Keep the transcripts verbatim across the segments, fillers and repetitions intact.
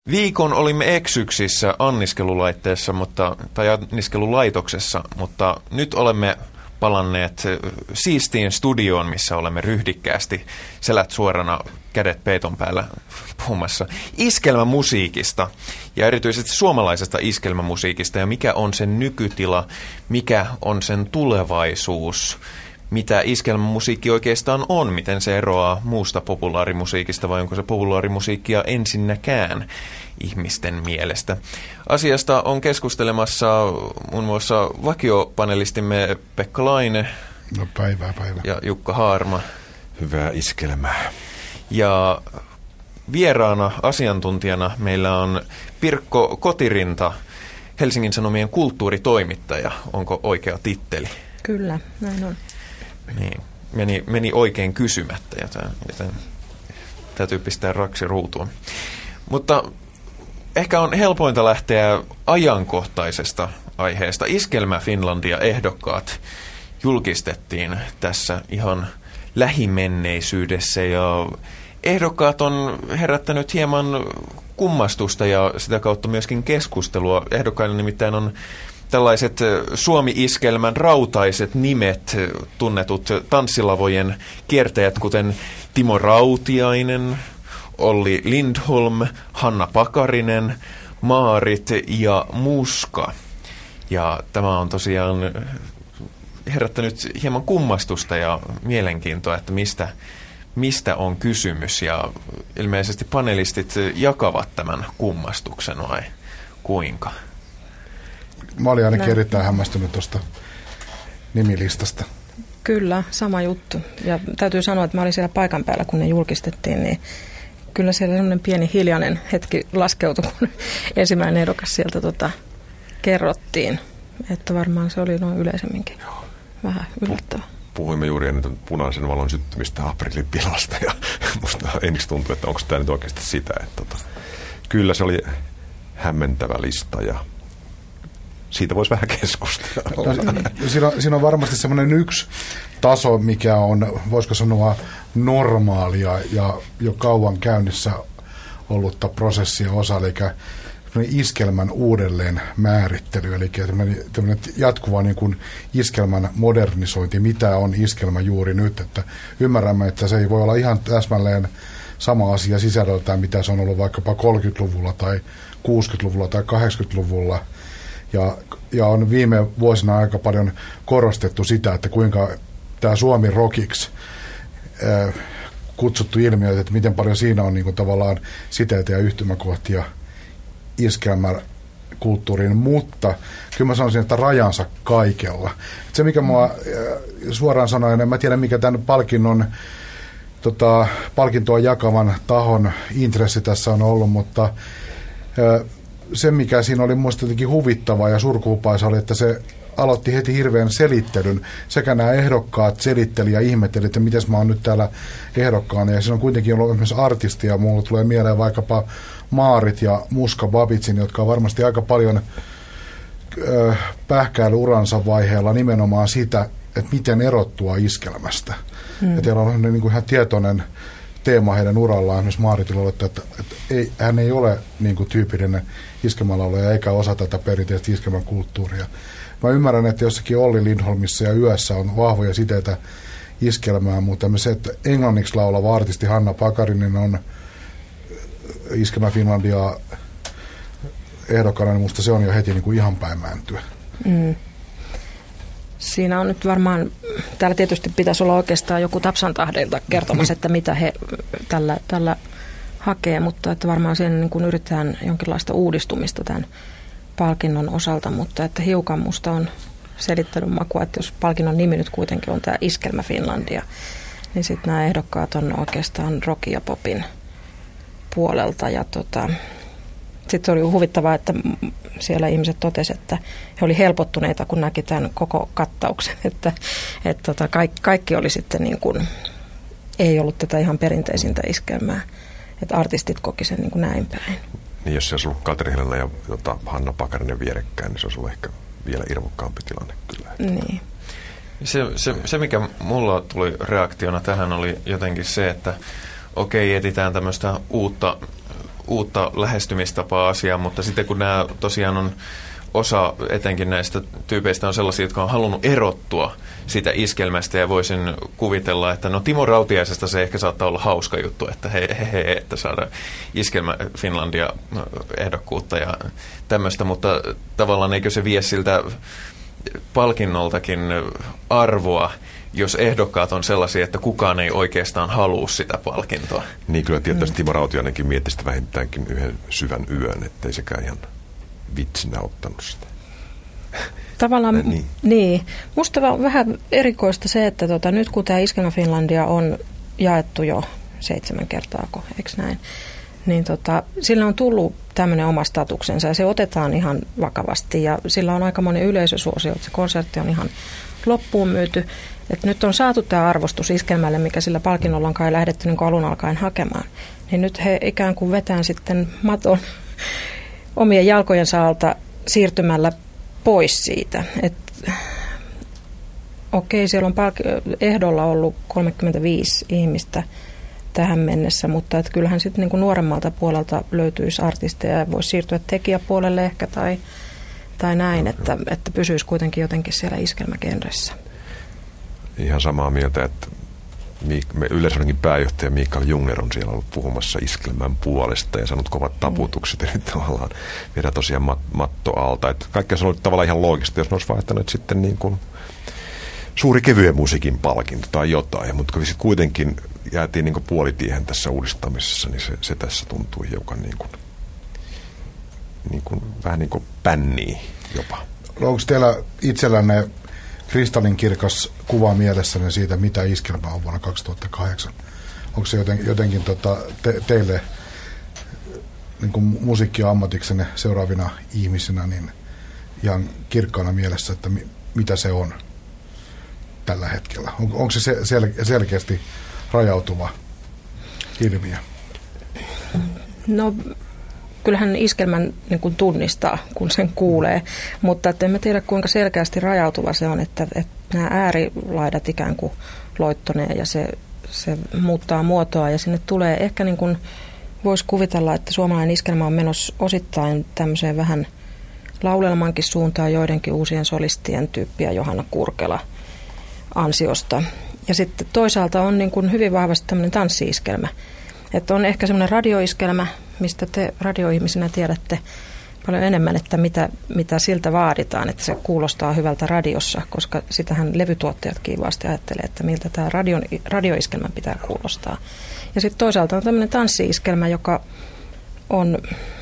Viikon olimme eksyksissä anniskelulaitteessa, mutta, tai anniskelulaitoksessa, mutta nyt olemme palanneet siistiin studioon, missä olemme ryhdikkäästi selät suorana, kädet peiton päällä puhumassa iskelmämusiikista ja erityisesti suomalaisesta iskelmämusiikista ja mikä on sen nykytila, mikä on sen tulevaisuus, mitä iskelmämusiikki oikeastaan on, miten se eroaa muusta populaarimusiikista vai onko se populaarimusiikkia ensinnäkään ihmisten mielestä. Asiasta on keskustelemassa muun muassa vakiopanelistimme Pekka Laine no, päivää, päivää. ja Jukka Haarma. Hyvää iskelmää. Ja vieraana asiantuntijana meillä on Pirkko Kotirinta, Helsingin Sanomien kulttuuritoimittaja. Onko oikea titteli? Kyllä, näin on. Niin, meni, meni oikein kysymättä, joten, joten täytyy pistää raksi ruutuun. Mutta ehkä on helpointa lähteä ajankohtaisesta aiheesta. Iskelmä Finlandia -ehdokkaat julkistettiin tässä ihan lähimenneisyydessä ja ehdokkaat on herättänyt hieman kummastusta ja sitä kautta myöskin keskustelua. Ehdokkailla nimittäin on tällaiset Suomi-iskelmän rautaiset nimet, tunnetut tanssilavojen kiertäjät, kuten Timo Rautiainen, Olli Lindholm, Hanna Pakarinen, Maarit ja Muska. Ja tämä on tosiaan herättänyt hieman kummastusta ja mielenkiintoa, että mistä, mistä on kysymys. Ja ilmeisesti panelistit jakavat tämän kummastuksen vai kuinka? Mä olin ainakin no. erittäin hämmästynyt tuosta nimilistasta. Kyllä, sama juttu. Ja täytyy sanoa, että mä olin siellä paikan päällä, kun ne julkistettiin, niin kyllä siellä semmoinen pieni hiljainen hetki laskeutui, kun ensimmäinen ehdokas sieltä tota, kerrottiin. Että varmaan se oli noin yleisemminkin Joo. vähän yllättävä. Puhuimme juuri ennen punaisen valon syttymistä Aprilin pilasta ja musta ensiksi tuntui, että onko tämä nyt oikeasti sitä. Että, tota, kyllä se oli hämmentävä lista ja siitä voisi vähän keskustella. No, siinä, on, siinä on varmasti semmoinen yksi taso, mikä on, voisiko sanoa, normaalia ja jo kauan käynnissä ollutta prosessia osa, eli iskelmän uudelleen määrittely, eli tämmöinen jatkuva niin kuin iskelmän modernisointi, mitä on iskelmä juuri nyt, että ymmärrämme, että se ei voi olla ihan täsmälleen sama asia sisällöltään, mitä se on ollut vaikkapa kolmekymmentäluvulla tai kuusikymmentäluvulla tai kahdeksankymmentäluvulla. Ja, ja on viime vuosina aika paljon korostettu sitä, että kuinka tämä Suomi rockiksi äh, kutsuttu ilmiö, että miten paljon siinä on niin kuin tavallaan siteitä ja yhtymäkohtia iskelmäkulttuuriin, mutta kyllä mä sanoisin, että rajansa kaikella. Et se, mikä mua äh, suoraan sanoen, en mä tiedä mikä tämän palkinnon, tota, palkintoa jakavan tahon intressi tässä on ollut, mutta äh, se, mikä siinä oli minusta jotenkin huvittavaa ja surkuhupaisa, oli, että se aloitti heti hirveän selittelyn. Sekä nämä ehdokkaat selitteli ja ihmetteli, että miten mä oon nyt täällä ehdokkaana. Ja siinä on kuitenkin ollut myös artistia. Mulla tulee mieleen vaikkapa Maarit ja Muska Babitsin, jotka on varmasti aika paljon äh, pähkäily uransa vaiheella nimenomaan sitä, että miten erottua iskelmästä. Mm. Ja teillä on niin kuin ihan tietoinen teema heidän urallaan, esimerkiksi Maaritilla, että, että, että ei, hän ei ole niin kuin tyypillinen iskelmälaulaja eikä osa tätä perinteistä iskelmäkulttuuria. Mä ymmärrän, että jossakin Olli Lindholmissa ja Yössä on vahvoja siteitä iskelmään, mutta se, että englanniksi laulava artisti Hanna Pakarinen on Iskelmä Finlandia ehdokkaana, niin musta se on jo heti niin kuin ihan päin mäntyä. Mm. Siinä on nyt varmaan, täällä tietysti pitäisi olla oikeastaan joku Tapsan tahdilta kertomassa, että mitä he tällä, tällä hakee, mutta että varmaan siinä niin kuin yritetään jonkinlaista uudistumista tämän palkinnon osalta, mutta että hiukan musta on selittelyn makua, että jos palkinnon nimi nyt kuitenkin on tämä Iskelmä Finlandia, niin sitten nämä ehdokkaat on oikeastaan rock ja popin puolelta ja tota, sitten oli huvittavaa, että siellä ihmiset totesivat, että he oli helpottuneita, kun näki tämän koko kattauksen, että, että tota, kaikki, kaikki oli sitten niin kuin, ei ollut tätä ihan perinteisintä iskelmää, että artistit koki sen niin kuin näin päin. Niin jos se olisi ollut Katri Helena ja jota, Hanna Pakarinen vierekkäin, niin se olisi ollut ehkä vielä irvokkaampi tilanne kyllä. Niin. Se, se, se, mikä mulla tuli reaktiona tähän oli jotenkin se, että okei, etsitään tämmöistä uutta uutta lähestymistapaa asiaan, mutta sitten kun nämä tosiaan on osa etenkin näistä tyypeistä on sellaisia, jotka on halunnut erottua siitä iskelmästä ja voisin kuvitella, että no Timo Rautiaisesta se ehkä saattaa olla hauska juttu, että hei, hei, hei että saada Iskelmä Finlandia ehdokkuutta ja tämmöistä, mutta tavallaan eikö se vie siltä palkinnoltakin arvoa, jos ehdokkaat on sellaisia, että kukaan ei oikeastaan halua sitä palkintoa. Niin kyllä tietysti mm. Timo Rautiainenkin mietti sitä vähintäänkin yhden syvän yön, ettei sekään ihan vitsinä ottanut sitä. Tavallaan, äh, niin. niin. Musta on vähän erikoista se, että tota, nyt kun tämä Iskelmä Finlandia on jaettu jo seitsemän kertaa, eikö näin, niin tota, sillä on tullut tämmöinen oma statuksensa ja se otetaan ihan vakavasti ja sillä on aika monen yleisösuosio, että se konsertti on ihan loppuun myyty. Et nyt on saatu tämä arvostus Iskelmälle, mikä sillä palkinnolla on kai lähdetty niin kuin alun alkaen hakemaan. Niin nyt he ikään kuin vetään sitten maton omien jalkojensa alta siirtymällä pois siitä. Et, okei, siellä on palk- ehdolla ollut kolmekymmentäviisi ihmistä tähän mennessä, mutta et kyllähän sitten niin nuoremmalta puolelta löytyisi artisteja ja voisi siirtyä tekijäpuolelle ehkä tai, tai näin, että, että pysyisi kuitenkin jotenkin siellä iskelmägenressä. Ihan samaa mieltä, että Yleisradion pääjohtaja Mikael Jungner on siellä ollut puhumassa iskelmän puolesta ja sanonut kovat taputukset, mm. eli tavallaan viedään tosiaan mat, matto alta. Että kaikki on ollut tavallaan ihan loogista, jos ne olisi vaihtanut sitten niin kuin suuri kevyen musiikin palkinto tai jotain, mutta kun kuitenkin jäätiin niin kuin puolitiehen tässä uudistamisessa, niin se, se tässä tuntui hiukan niin kuin, niin kuin, vähän niin kuin pännii jopa. Onko teillä itsellänne kristallinkirkas kuva mielessäni siitä, mitä Iskelmä on vuonna kaksituhattakahdeksan? Onko se joten, jotenkin tota, te, teille niin kuin musiikkiammatiksenne seuraavina ihmisinä niin ihan kirkkaana mielessä, että mi, mitä se on tällä hetkellä? On, onko se sel, selkeästi rajautuva ilmiö? No kyllähän Iskelmän niin kuin tunnistaa, kun sen kuulee, mutta että en mä tiedä kuinka selkeästi rajautuva se on, että, että nämä äärilaidat ikään kuin loittonee ja se, se muuttaa muotoa ja sinne tulee ehkä niin kuin voisi kuvitella, että suomalainen iskelmä on menossa osittain tämmöiseen vähän laulelmankin suuntaan joidenkin uusien solistien tyyppiä Johanna Kurkela ansiosta. Ja sitten toisaalta on niin kuin hyvin vahvasti tämmöinen tanssi-iskelmä. Että on ehkä semmoinen radioiskelmä, mistä te radioihmisinä tiedätte paljon enemmän, että mitä, mitä siltä vaaditaan, että se kuulostaa hyvältä radiossa, koska sitähän levytuottajat kiivaasti ajattelee, että miltä tämä radion, radioiskelmän pitää kuulostaa. Ja sitten toisaalta on tämmöinen tanssi-iskelmä, joka on,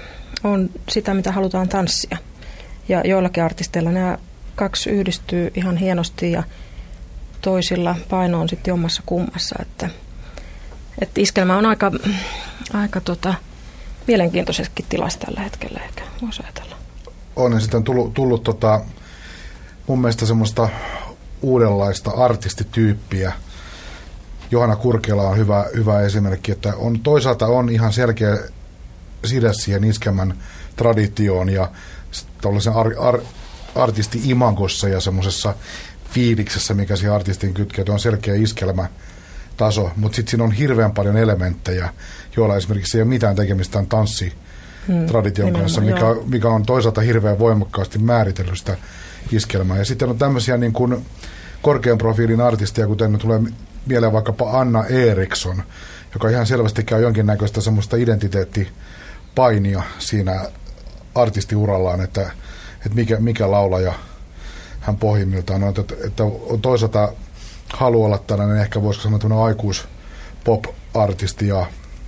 on sitä, mitä halutaan tanssia. Ja joillakin artisteilla nämä kaksi yhdistyy ihan hienosti ja toisilla paino on sitten jommassa kummassa, että Että iskelmä on aika, aika tota, mielenkiintoisessakin tilassa tällä hetkellä, ehkä voisi ajatella. On, ja sitten on tullut, tullut tota, mun mielestä semmoista uudenlaista artistityyppiä. Johanna Kurkela on hyvä, hyvä esimerkki, että on, toisaalta on ihan selkeä side siihen iskelmän traditioon ja tuollaisen ar, ar, artisti-imagossa ja semmoisessa fiiliksessä, mikä siihen artistin kytkeytyy, on selkeä iskelmä taso, mutta sitten siinä on hirveän paljon elementtejä, joilla esimerkiksi ei ole mitään tekemistä tämän tanssitradition hmm, kanssa, mikä, mikä on toisaalta hirveän voimakkaasti määritellyt sitä iskelmää. Ja sitten on tämmöisiä niin kuin korkean profiilin artisteja, kuten tulee mieleen vaikkapa Anna Eriksson, joka ihan selvästi käy jonkinnäköistä semmoista identiteettipainia siinä artistiurallaan, että, että mikä, mikä laulaja hän pohjimmiltaan on, että, että on toisaalta haluaa olla tällainen, ehkä voisiko sanoa tämmöinen aikuis-pop-artisti ja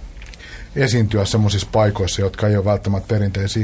esiintyä semmoisissa paikoissa, jotka ei ole välttämättä perinteisiä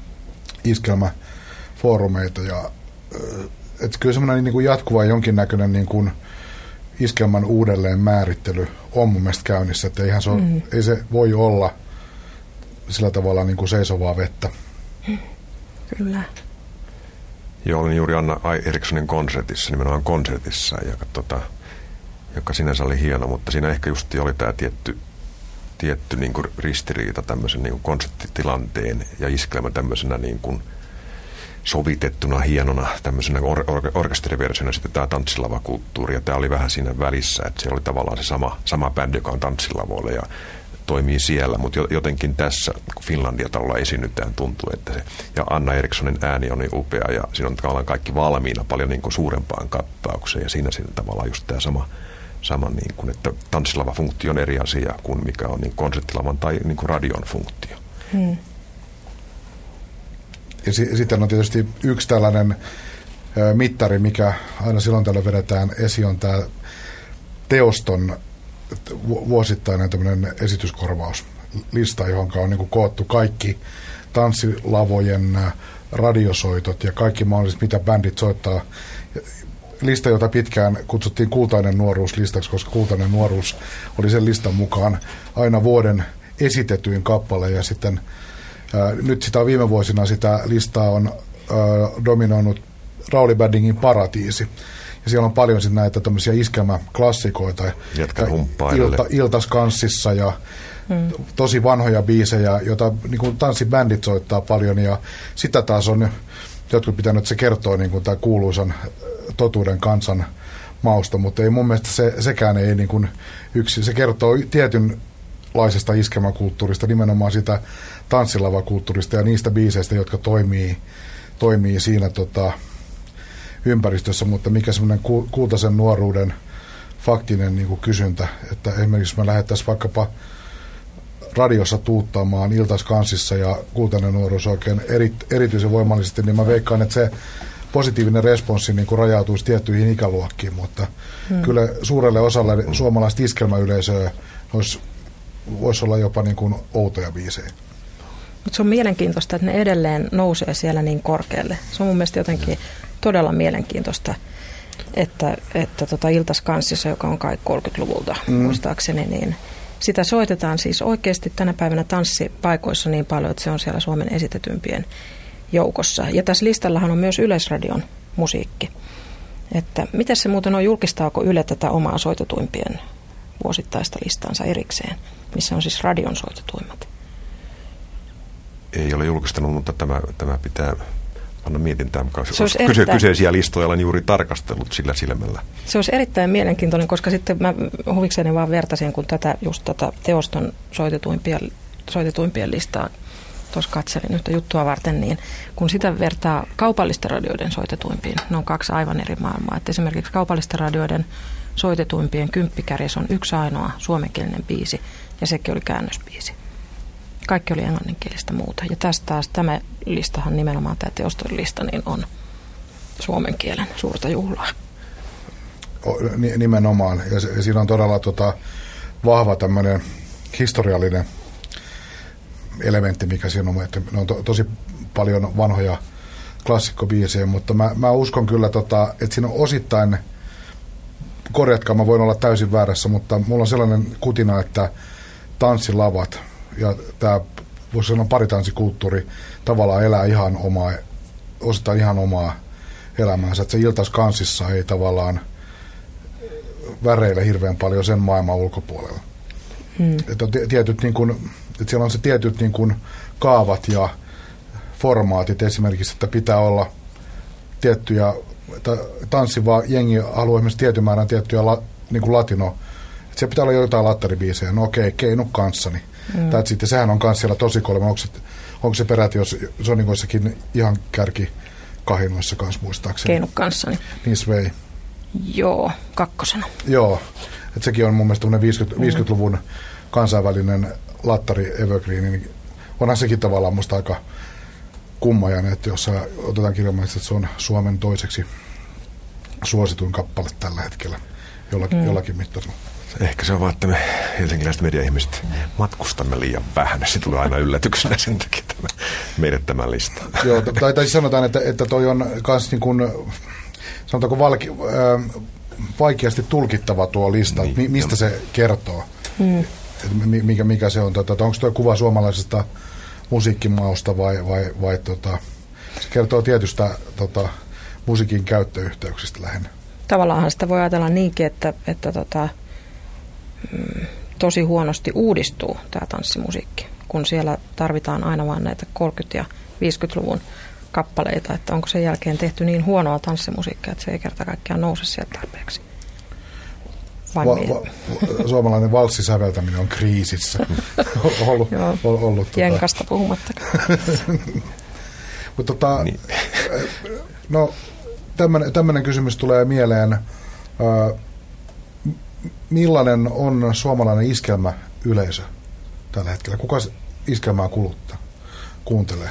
iskelmäfoorumeita. Ja, että kyllä semmoinen niin kuin jatkuva jonkinnäköinen niin kuin iskelmän uudelleen määrittely on mun mielestä käynnissä, että eihän se, ole, mm. ei se voi olla sillä tavalla niin kuin seisovaa vettä. Kyllä. Joo, olin juuri Anna Erikssonin konsertissa, nimenomaan konsertissa, joka, tota, joka sinänsä oli hieno, mutta siinä ehkä just oli tämä tietty, tietty niin kuin ristiriita tämmöisen niin kuin konserttitilanteen ja iskelmän tämmöisenä niin kuin sovitettuna hienona tämmöisenä or- or- orkesteriversiona sitten tämä tanssilavakulttuuri, ja tämä oli vähän siinä välissä, että se oli tavallaan se sama, sama bändi, joka on tanssilavoilla, ja toimii siellä, mutta jotenkin tässä, kun Finlandia-talolla esiinnytään, tuntuu, että se, ja Anna Erikssonin ääni on niin upea, ja siinä on tavallaan kaikki valmiina paljon niin kuin suurempaan kattaukseen, ja siinä, siinä tavallaan just tämä sama, sama niin kuin, että tanssilava-funktio on eri asia kuin mikä on niin konserttilavan tai niin kuin radion funktio. Hmm. Ja s- sitten on tietysti yksi tällainen ö, mittari, mikä aina silloin tällä vedetään esiin, on tämä teoston vuosittainen tämmöinen esityskorvauslista, johon on niin kuin koottu kaikki tanssilavojen radiosoitot ja kaikki mahdolliset, mitä bändit soittaa. Lista, jota pitkään kutsuttiin Kultainen nuoruus listaksi, koska Kultainen nuoruus oli sen listan mukaan aina vuoden esitetyin kappale. Ja sitten ää, nyt sitä viime vuosina sitä listaa on ää, dominoinut Rauli Baddingin Paratiisi. Ja siellä on paljon sit näitä tämmöisiä iskelmäklassikoita. Ilta, Iltaskanssissa ja hmm. tosi vanhoja biisejä, joita niin kuin tanssibändit soittaa paljon. Ja sitä taas on jotkut pitänyt, että se kertoo niin kuin tämä kuuluisan totuuden kansan mausta, mutta ei mun mielestä se, sekään ei niin kuin yksi. Se kertoo tietynlaisesta iskelmäkulttuurista, nimenomaan sitä tanssilavakulttuurista ja niistä biiseistä, jotka toimii, toimii siinä tota, ympäristössä, mutta mikä semmoinen kultaisen nuoruuden faktinen niin kuin kysyntä, että esimerkiksi me lähdettäisiin vaikkapa radiossa tuuttaamaan Iltaskansissa ja Kultainen nuoruus oikein eri, erityisen voimallisesti, niin mä veikkaan, että se positiivinen responssi niin kuin rajautuisi tiettyihin ikäluokkiin, mutta hmm. kyllä suurelle osalle suomalaista iskelmäyleisöä olisi, voisi olla jopa niin kuin outoja biisejä. Mutta se on mielenkiintoista, että ne edelleen nousee siellä niin korkealle. Se on mun mielestä jotenkin todella mielenkiintoista, että, että tota Iltaskanssissa, joka on kai kolmekymmentäluvulta mm. muistaakseni, niin sitä soitetaan siis oikeasti tänä päivänä tanssipaikoissa niin paljon, että se on siellä Suomen esitetympien joukossa. Ja tässä listallahan on myös Yleisradion musiikki. Että miten se muuten on, julkistaako Yle tätä omaa soitetuimpien vuosittaista listansa erikseen, missä on siis radion soitetuimmat? Ei ole julkistanut, mutta tämä, tämä pitää panna mietintään, mukaan kyse, erittäin, kyseisiä listoja olen juuri tarkastellut sillä silmällä. Se olisi erittäin mielenkiintoinen, koska sitten mä huvikseni vaan vertasin, kun tätä, just tätä teoston soitetuimpien, soitetuimpien listaa tuossa katselin yhtä juttua varten, niin kun sitä vertaa kaupallisten radioiden soitetuimpiin, ne on kaksi aivan eri maailmaa. Että esimerkiksi kaupallisten radioiden soitetuimpien kymppikärjessä on yksi ainoa suomenkielinen biisi, ja sekin oli käännösbiisi. Kaikki oli englanninkielistä muuta. Ja tästä taas tämä listahan, nimenomaan tämä teoston lista, niin on suomen kielen suurta juhlaa. Nimenomaan. Ja, se, ja siinä on todella tota, vahva tämmöinen historiallinen elementti, mikä siinä on. Että ne on to, tosi paljon vanhoja klassikkobiisejä, mutta mä, mä uskon kyllä, tota, että siinä on osittain, korjatkaa, mä voin olla täysin väärässä, mutta mulla on sellainen kutina, että tanssilavat ja tämä, voisi sanoa, paritanssikulttuuri tavallaan elää ihan omaa, osittain ihan omaa elämäänsä. Että se Iltaskanssissa ei tavallaan väreile hirveän paljon sen maailman ulkopuolella. Hmm. Että, on tietyt, niin kun, että siellä on se tietyt niin kun kaavat ja formaatit esimerkiksi, että pitää olla tiettyjä, tanssiva jengi haluaa esimerkiksi tietyn määrän tiettyjä la, niin kuin latino, että siellä pitää olla jotain lattaribiisejä. No okei, okay, Keinu kanssani. Mm. Tai sitten sehän on myös siellä tosi kolme. Onko se, onko se peräti, jos Sonikoissakin ihan kärki kahinoissa kanssa muistaakseni? Keinu kanssani. Niin Svei. Joo, kakkosena. Joo, että sekin on mun mielestä viisikymmentä, viisikymmentäluvun kansainvälinen lattari evergreen, niin onhan sekin tavallaan musta aika kummajainen, että jos otetaan kirjamaisesti, että se on Suomen toiseksi suosituin kappale tällä hetkellä jollakin, mm. jollakin mittarilla. Ehkä se on vaan, että me helsinkiläiset media-ihmiset matkustamme liian vähän. Se tulee aina yllätyksenä sen takia tämä, meille tämä lista. Joo, tai, tai sanotaan, että, että toi on myös niin kuin, sanotaanko valki, äh, vaikeasti tulkittava tuo lista. Niin, Mi, mistä jo. Se kertoo? Mm. Mikä, mikä se on? Tota, onko tuo kuva suomalaisesta musiikkimausta vai, vai, vai tota, se kertoo tietystä tota, musiikin käyttöyhteyksistä lähinnä? Tavallaanhan sitä voi ajatella niinkin, että, että tota, mm, tosi huonosti uudistuu tämä tanssimusiikki, kun siellä tarvitaan aina vain näitä kolmekymmentä- ja viisikymmentäluvun kappaleita, että onko sen jälkeen tehty niin huonoa tanssimusiikkia, että se ei kerta kaikkiaan nouse sieltä tarpeeksi. Vai va- va- suomalainen valssisäveltäminen on kriisissä. ollut, Joo, ollut, jenkasta tota. puhumattakaan. Mutta tota, Niin. no, tämmöinen kysymys tulee mieleen. Millainen on suomalainen iskelmäyleisö tällä hetkellä? Kuka iskelmää kuluttaa, kuuntelee?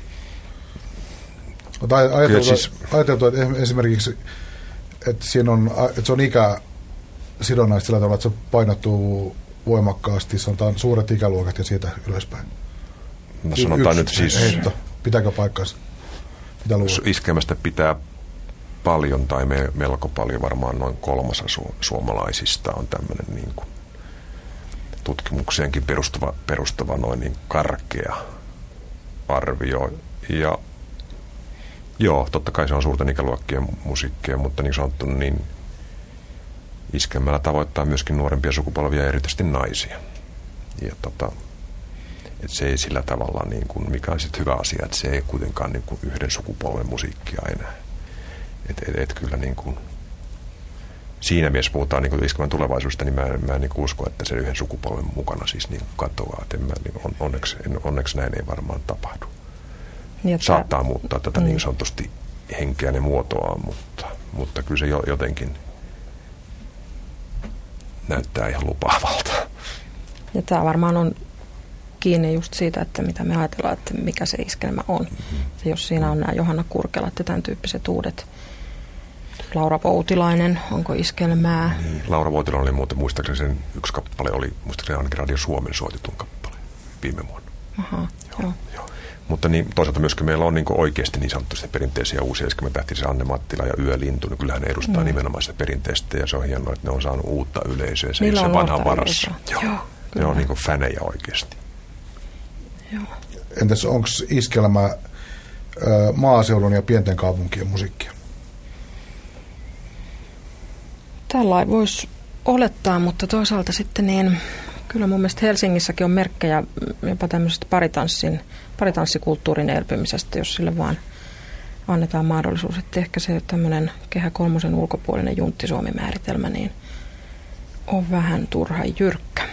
Ajateltu, siis... ajateltu, että esimerkiksi että, siinä on, että se on ikäsidonnaista sillä tavalla, että se painottuu voimakkaasti, sanotaan suuret ikäluokat ja siitä ylöspäin. No sanotaan Yksi nyt siis... heitto. Pitääkö paikkansa? Mitä luulet? Iskelmästä pitää paljon tai me, melko paljon, varmaan noin kolmasa su, suomalaisista on tämmöinen niin kuin tutkimukseenkin perustuva, perustuva noin niin karkea arvio. Ja joo, totta kai se on suurten ikäluokkien musiikkia, mutta niin sanottu, niin iskelmällä tavoittaa myöskin nuorempia sukupolvia ja erityisesti naisia. Ja tota, että se ei sillä tavalla, niin kuin, mikä on sitten hyvä asia, että se ei kuitenkaan niin kuin yhden sukupolven musiikkia enää. Että et, et kyllä niin kuin, siinä mielessä puhutaan niin iskelmän tulevaisuudesta, niin mä, mä en niin usko, että se yhden sukupolven mukana siis niin katoaa. Et en mä, niin, on, onneksi, en, onneksi näin ei varmaan tapahdu. Niin, että saattaa muuttaa tätä mm. niin sanotusti henkeä ja muotoa, mutta, mutta kyllä se jo, jotenkin näyttää ihan lupaavalta. Ja tämä varmaan on kiinni just siitä, että mitä me ajatellaan, että mikä se iskelmä on. Mm-hmm. Ja jos siinä on nämä Johanna Kurkelat ja tämän tyyppiset uudet. Laura Voutilainen, onko iskelmää? Niin, Laura Voutilainen oli muuten, muistaakseni sen yksi kappale oli, muistaakseni ainakin Radio Suomen soititun kappale viime vuonna. Aha, joo. joo. joo. Mutta niin, toisaalta myöskin meillä on niin oikeasti niin sanottuja perinteisiä uusia iskelmätähtiä, se Anne Mattila ja Yölintu, niin kyllähän ne edustaa mm. nimenomaan sitä perinteistä ja se on hienoa, että ne on saanut uutta yleisöä, se, se vanhan varassa. Joo, joo, ne on niin kuin fänejä oikeasti. Joo. Entäs onko iskelmä ö, maaseudun ja pienten kaupunkien musiikkia? Tällainen voisi olettaa, mutta toisaalta sitten niin, kyllä mun mielestä Helsingissäkin on merkkejä jopa tämmöisestä paritanssin, paritanssikulttuurin elpymisestä, jos sille vaan annetaan mahdollisuus. Että ehkä se tämmöinen Kehä kolmosen ulkopuolinen juntti-Suomi-määritelmä niin on vähän turha jyrkkä.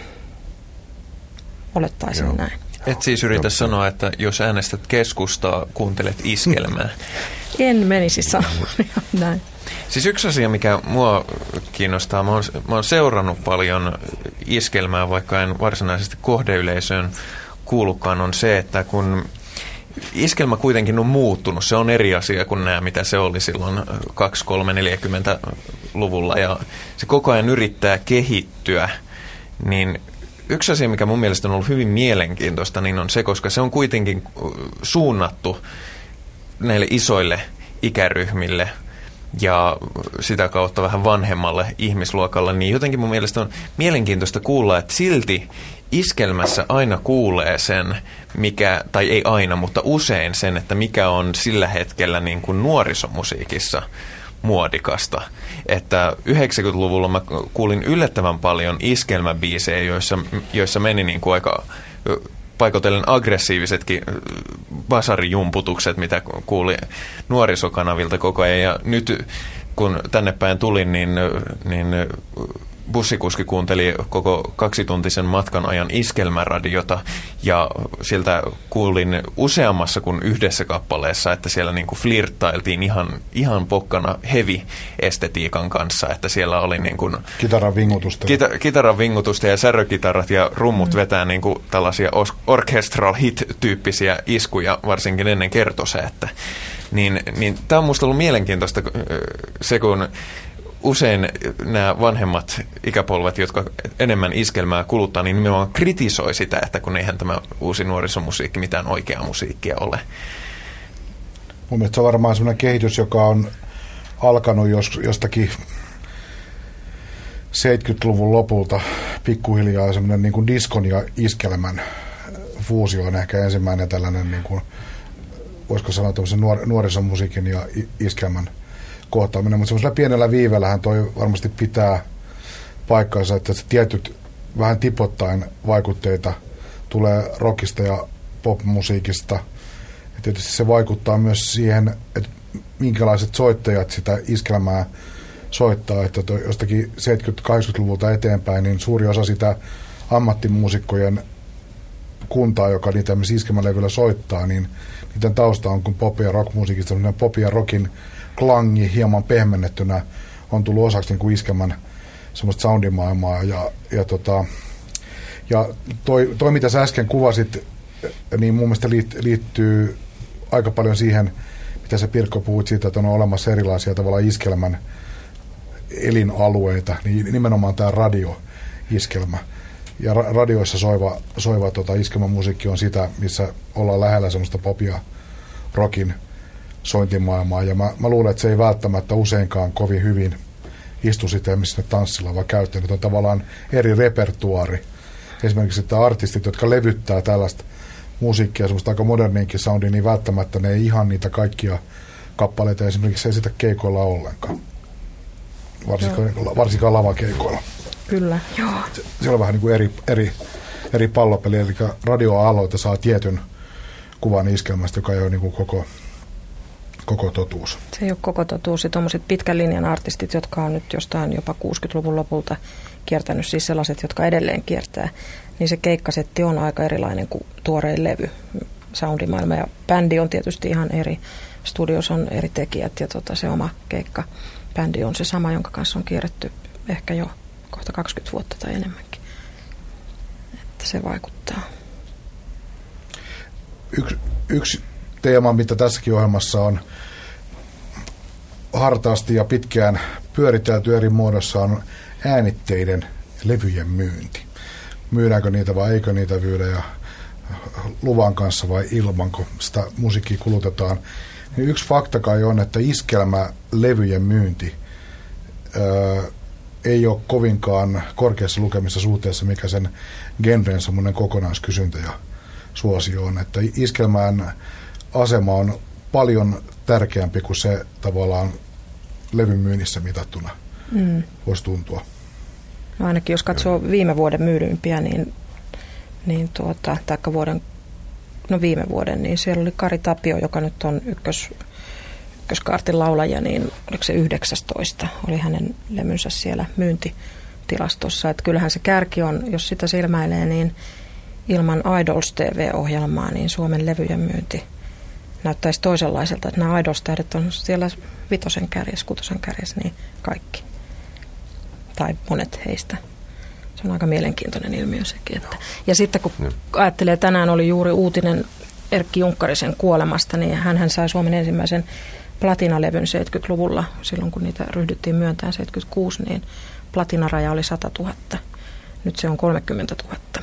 Olettaisin Joo. näin. Et siis yritä Joo. sanoa, että jos äänestät keskustaa, kuuntelet iskelmää. En menisi sanomaan näin. Siis yksi asia, mikä mua kiinnostaa, mä oon, mä oon seurannut paljon iskelmää, vaikka en varsinaisesti kohdeyleisöön kuulukaan, on se, että kun iskelmä kuitenkin on muuttunut, se on eri asia kuin nämä, mitä se oli silloin kaksikymmentä, kolmekymmentä, neljäkymmentäluvulla, ja se koko ajan yrittää kehittyä, niin yksi asia, mikä mun mielestä on ollut hyvin mielenkiintoista, niin on se, koska se on kuitenkin suunnattu näille isoille ikäryhmille ja sitä kautta vähän vanhemmalle ihmisluokalle, niin jotenkin mun mielestä on mielenkiintoista kuulla, että silti iskelmässä aina kuulee sen, mikä, tai ei aina, mutta usein sen, että mikä on sillä hetkellä niin kuin nuorisomusiikissa muodikasta. Että yhdeksänkymmentäluvulla mä kuulin yllättävän paljon iskelmäbiisejä, joissa, joissa meni niin kuin aika paikotellen aggressiivisetkin basarijumputukset, mitä kuuli nuorisokanavilta koko ajan. Ja nyt kun tänne päin tulin, niin, niin bussikuski kuunteli koko kaksituntisen matkan ajan iskelmäradiota ja sieltä kuulin useammassa kuin yhdessä kappaleessa, että siellä niin kuin flirttailtiin ihan, ihan pokkana heavy-estetiikan kanssa, että siellä oli niin kuin kitaran vingutusta. Kita, kitaran vingutusta ja särökitarat ja rummut mm. vetää niin kuin tällaisia orchestral hit-tyyppisiä iskuja, varsinkin ennen kertosäettä. Niin, niin tämä on musta ollut mielenkiintoista se, kun usein nämä vanhemmat ikäpolvet, jotka enemmän iskelmää kuluttaa, niin nimenomaan kritisoi sitä, että kun eihän tämä uusi nuorisomusiikki mitään oikeaa musiikkia ole. Mun mielestä se on varmaan sellainen kehitys, joka on alkanut jostakin seitsemänkymmentäluvun lopulta pikkuhiljaa semmoinen niin kuin diskon ja iskelmän fuusio on ehkä ensimmäinen tällainen, niin kuin, voisiko sanoa tämmöisen nuor- nuorisomusiikin ja iskelmän kohtaaminen, mutta semmoisella pienellä viiveellähän toi varmasti pitää paikkansa, että se tietyt vähän tipoittain vaikutteita tulee rockista ja popmusiikista. Ja tietysti se vaikuttaa myös siihen, että minkälaiset soittajat sitä iskelmää soittaa, että to, jostakin seitsemänkymmentä-kahdeksankymmentäluvulta eteenpäin, niin suuri osa sitä ammattimuusikkojen kuntaa, joka niitä iskelmälevyllä soittaa, niin niiden tausta on kuin pop- ja rockmusiikista, sellainen pop- ja rockin klangi hieman pehmennettynä on tullut osaksi niin kuin iskelmän semmoista soundimaailmaa. Ja, ja, tota, ja toi, toi, mitä sä äsken kuvasit, niin mun mielestä liittyy aika paljon siihen, mitä sä Pirkko puhuit siitä, että on olemassa erilaisia tavallaan iskelmän elinalueita, niin nimenomaan tämä radioiskelmä. Ja ra- radioissa soiva, soiva tota, iskelmämusiikki on sitä, missä ollaan lähellä semmoista pop- ja rockin sointimaailmaa. Ja mä, mä luulen, että se ei välttämättä useinkaan kovin hyvin istu sitä, missä ne tanssilla, vaan käyttänyt on tavallaan eri repertuaari. Esimerkiksi että artistit, jotka levyttää tällaista musiikkia, semmoista aika moderniinkin soundia, niin välttämättä ne ei ihan niitä kaikkia kappaleita esimerkiksi esitä keikoilla ollenkaan. Varsinkaan, varsinkaan lavakeikoilla. Kyllä, joo. Se, se on vähän niin kuin eri, eri, eri pallopeli, eli radioaloita saa tietyn kuvan iskelmästä, joka ei ole niin kuin koko, koko totuus. Se ei ole koko totuus. Ja tuommoiset pitkän linjan artistit, jotka on nyt jostain jopa kuusikymmentäluvun lopulta kiertänyt, siis sellaiset, jotka edelleen kiertää, niin se keikkasetti on aika erilainen kuin tuorein levy, soundimaailma. Ja bändi on tietysti ihan eri, studios on eri tekijät ja tota, se oma keikka. Bändi on se sama, jonka kanssa on kierretty ehkä jo kohta kaksikymmentä vuotta tai enemmänkin. Että se vaikuttaa. Yksi, yksi teema, mitä tässäkin ohjelmassa on hartaasti ja pitkään pyöritelty eri muodossa, on äänitteiden levyjen myynti. Myydäänkö niitä vai eikö niitä myydä ja luvan kanssa vai ilman, kun sitä musiikkia kulutetaan. Niin yksi fakta kai on, että iskelmälevyjen myynti öö, ei ole kovinkaan korkeassa lukemissa suhteessa, mikä sen genren semmoinen kokonaiskysyntä ja suosio on. Että iskelmään asema on paljon tärkeämpi kuin se tavallaan levyn myynnissä mitattuna mm. voisi tuntua. No ainakin jos katsoo viime vuoden myydympiä, niin, niin tuota, taikka vuoden, no viime vuoden, niin siellä oli Kari Tapio, joka nyt on ykkös, ykköskaartin laulaja, niin oliko se yhdeksästoista, oli hänen levynsä siellä myyntitilastossa. Että kyllähän se kärki on, jos sitä silmäilee, niin ilman Idols T V-ohjelmaa, niin Suomen levyjen myynti näyttäisi toisenlaiselta, että nämä Idols-tähdet on siellä vitosen kärjessä, kutosen kärjessä, niin kaikki. Tai monet heistä. Se on aika mielenkiintoinen ilmiö sekin. Että. Ja sitten kun no. ajattelee, tänään oli juuri uutinen Erkki Junkkarisen kuolemasta, niin hän sai Suomen ensimmäisen platinalevyn seitsemänkymmentäluvulla. Silloin kun niitä ryhdyttiin myöntämään seitsemänkymmentäkuusi, niin platinaraja oli sata tuhatta. Nyt se on kolmekymmentätuhatta.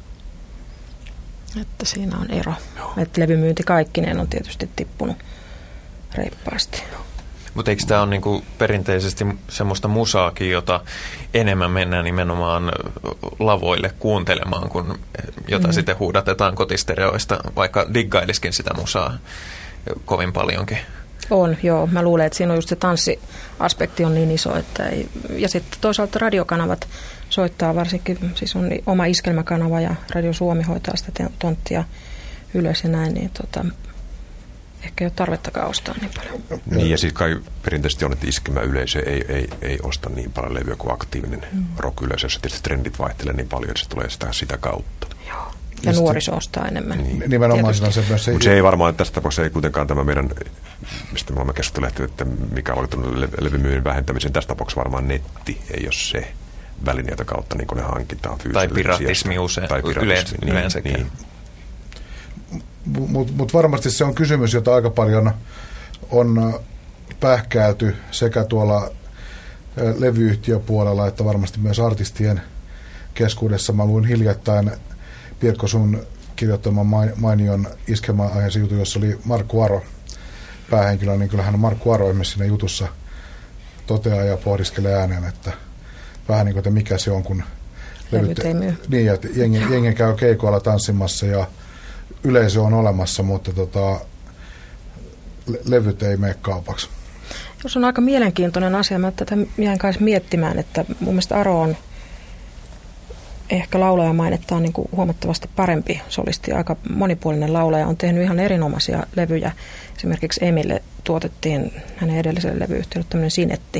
Että siinä on ero. Joo. Että levymyynti kaikkineen on tietysti tippunut reippaasti. Mutta eikö tämä ole niinku perinteisesti semmoista musaakin, jota enemmän mennään nimenomaan lavoille kuuntelemaan, kun jota mm. sitten huudatetaan kotistereoista, vaikka diggailiskin sitä musaa kovin paljonkin? On, joo. Mä luulen, että siinä on just se tanssiaspekti on niin iso, että ei. Ja sitten toisaalta radiokanavat soittaa varsinkin, siis on oma iskelmäkanava ja Radio Suomi hoitaa sitä tonttia ylös ja näin, niin tota, ehkä ei ole tarvettakaan ostaa niin paljon. Niin ja siis kai perinteisesti on, että iskelmäyleisö ei, ei, ei osta niin paljon levyä kuin aktiivinen mm. rock-yleisö, jossa tietysti trendit vaihtelee niin paljon, että se tulee sitä, sitä kautta. Joo. Ja nuoriso ostaa enemmän. Niin. Nimenomaan se se myös. Mutta se ei varmaan, tässä tapauksessa ei kuitenkaan tämä meidän, mistä me olemme keskustelleet, että mikä oli tullut levymyynnin vähentämisen, tässä tapauksessa varmaan netti ei ole se väline, jota kautta niin ne hankitaan fyysisesti. Tai piratismi usein, tai piratismi, niin, yleensäkin. Niin. Mutta mut varmasti se on kysymys, jota aika paljon on pähkäilty sekä tuolla levyyhtiöpuolella että varmasti myös artistien keskuudessa. Mä luin hiljattain Pirkko sun kirjoittaman mainion iskelmäaiheisen jutun, jossa oli Markku Aro päähenkilö, niin kyllähän Markku Aro esimerkiksi siinä jutussa toteaa ja pohdiskelee ääneen, että vähän niin kuin, että mikä se on, kun levyt ei myy. Niin, että jengi, jengi käy keikoilla tanssimassa ja yleisö on olemassa, mutta tota, levyt ei mene kaupaksi. Se on aika mielenkiintoinen asia. Mä tätä jäin kanssa miettimään, että mun mielestä Aro on ehkä laulajamainettaan niin kuin huomattavasti parempi solisti. Aika monipuolinen laulaja, on tehnyt ihan erinomaisia levyjä. Esimerkiksi Emille tuotettiin hänen edelliselle levyyhtiölle tämmöinen Sinetti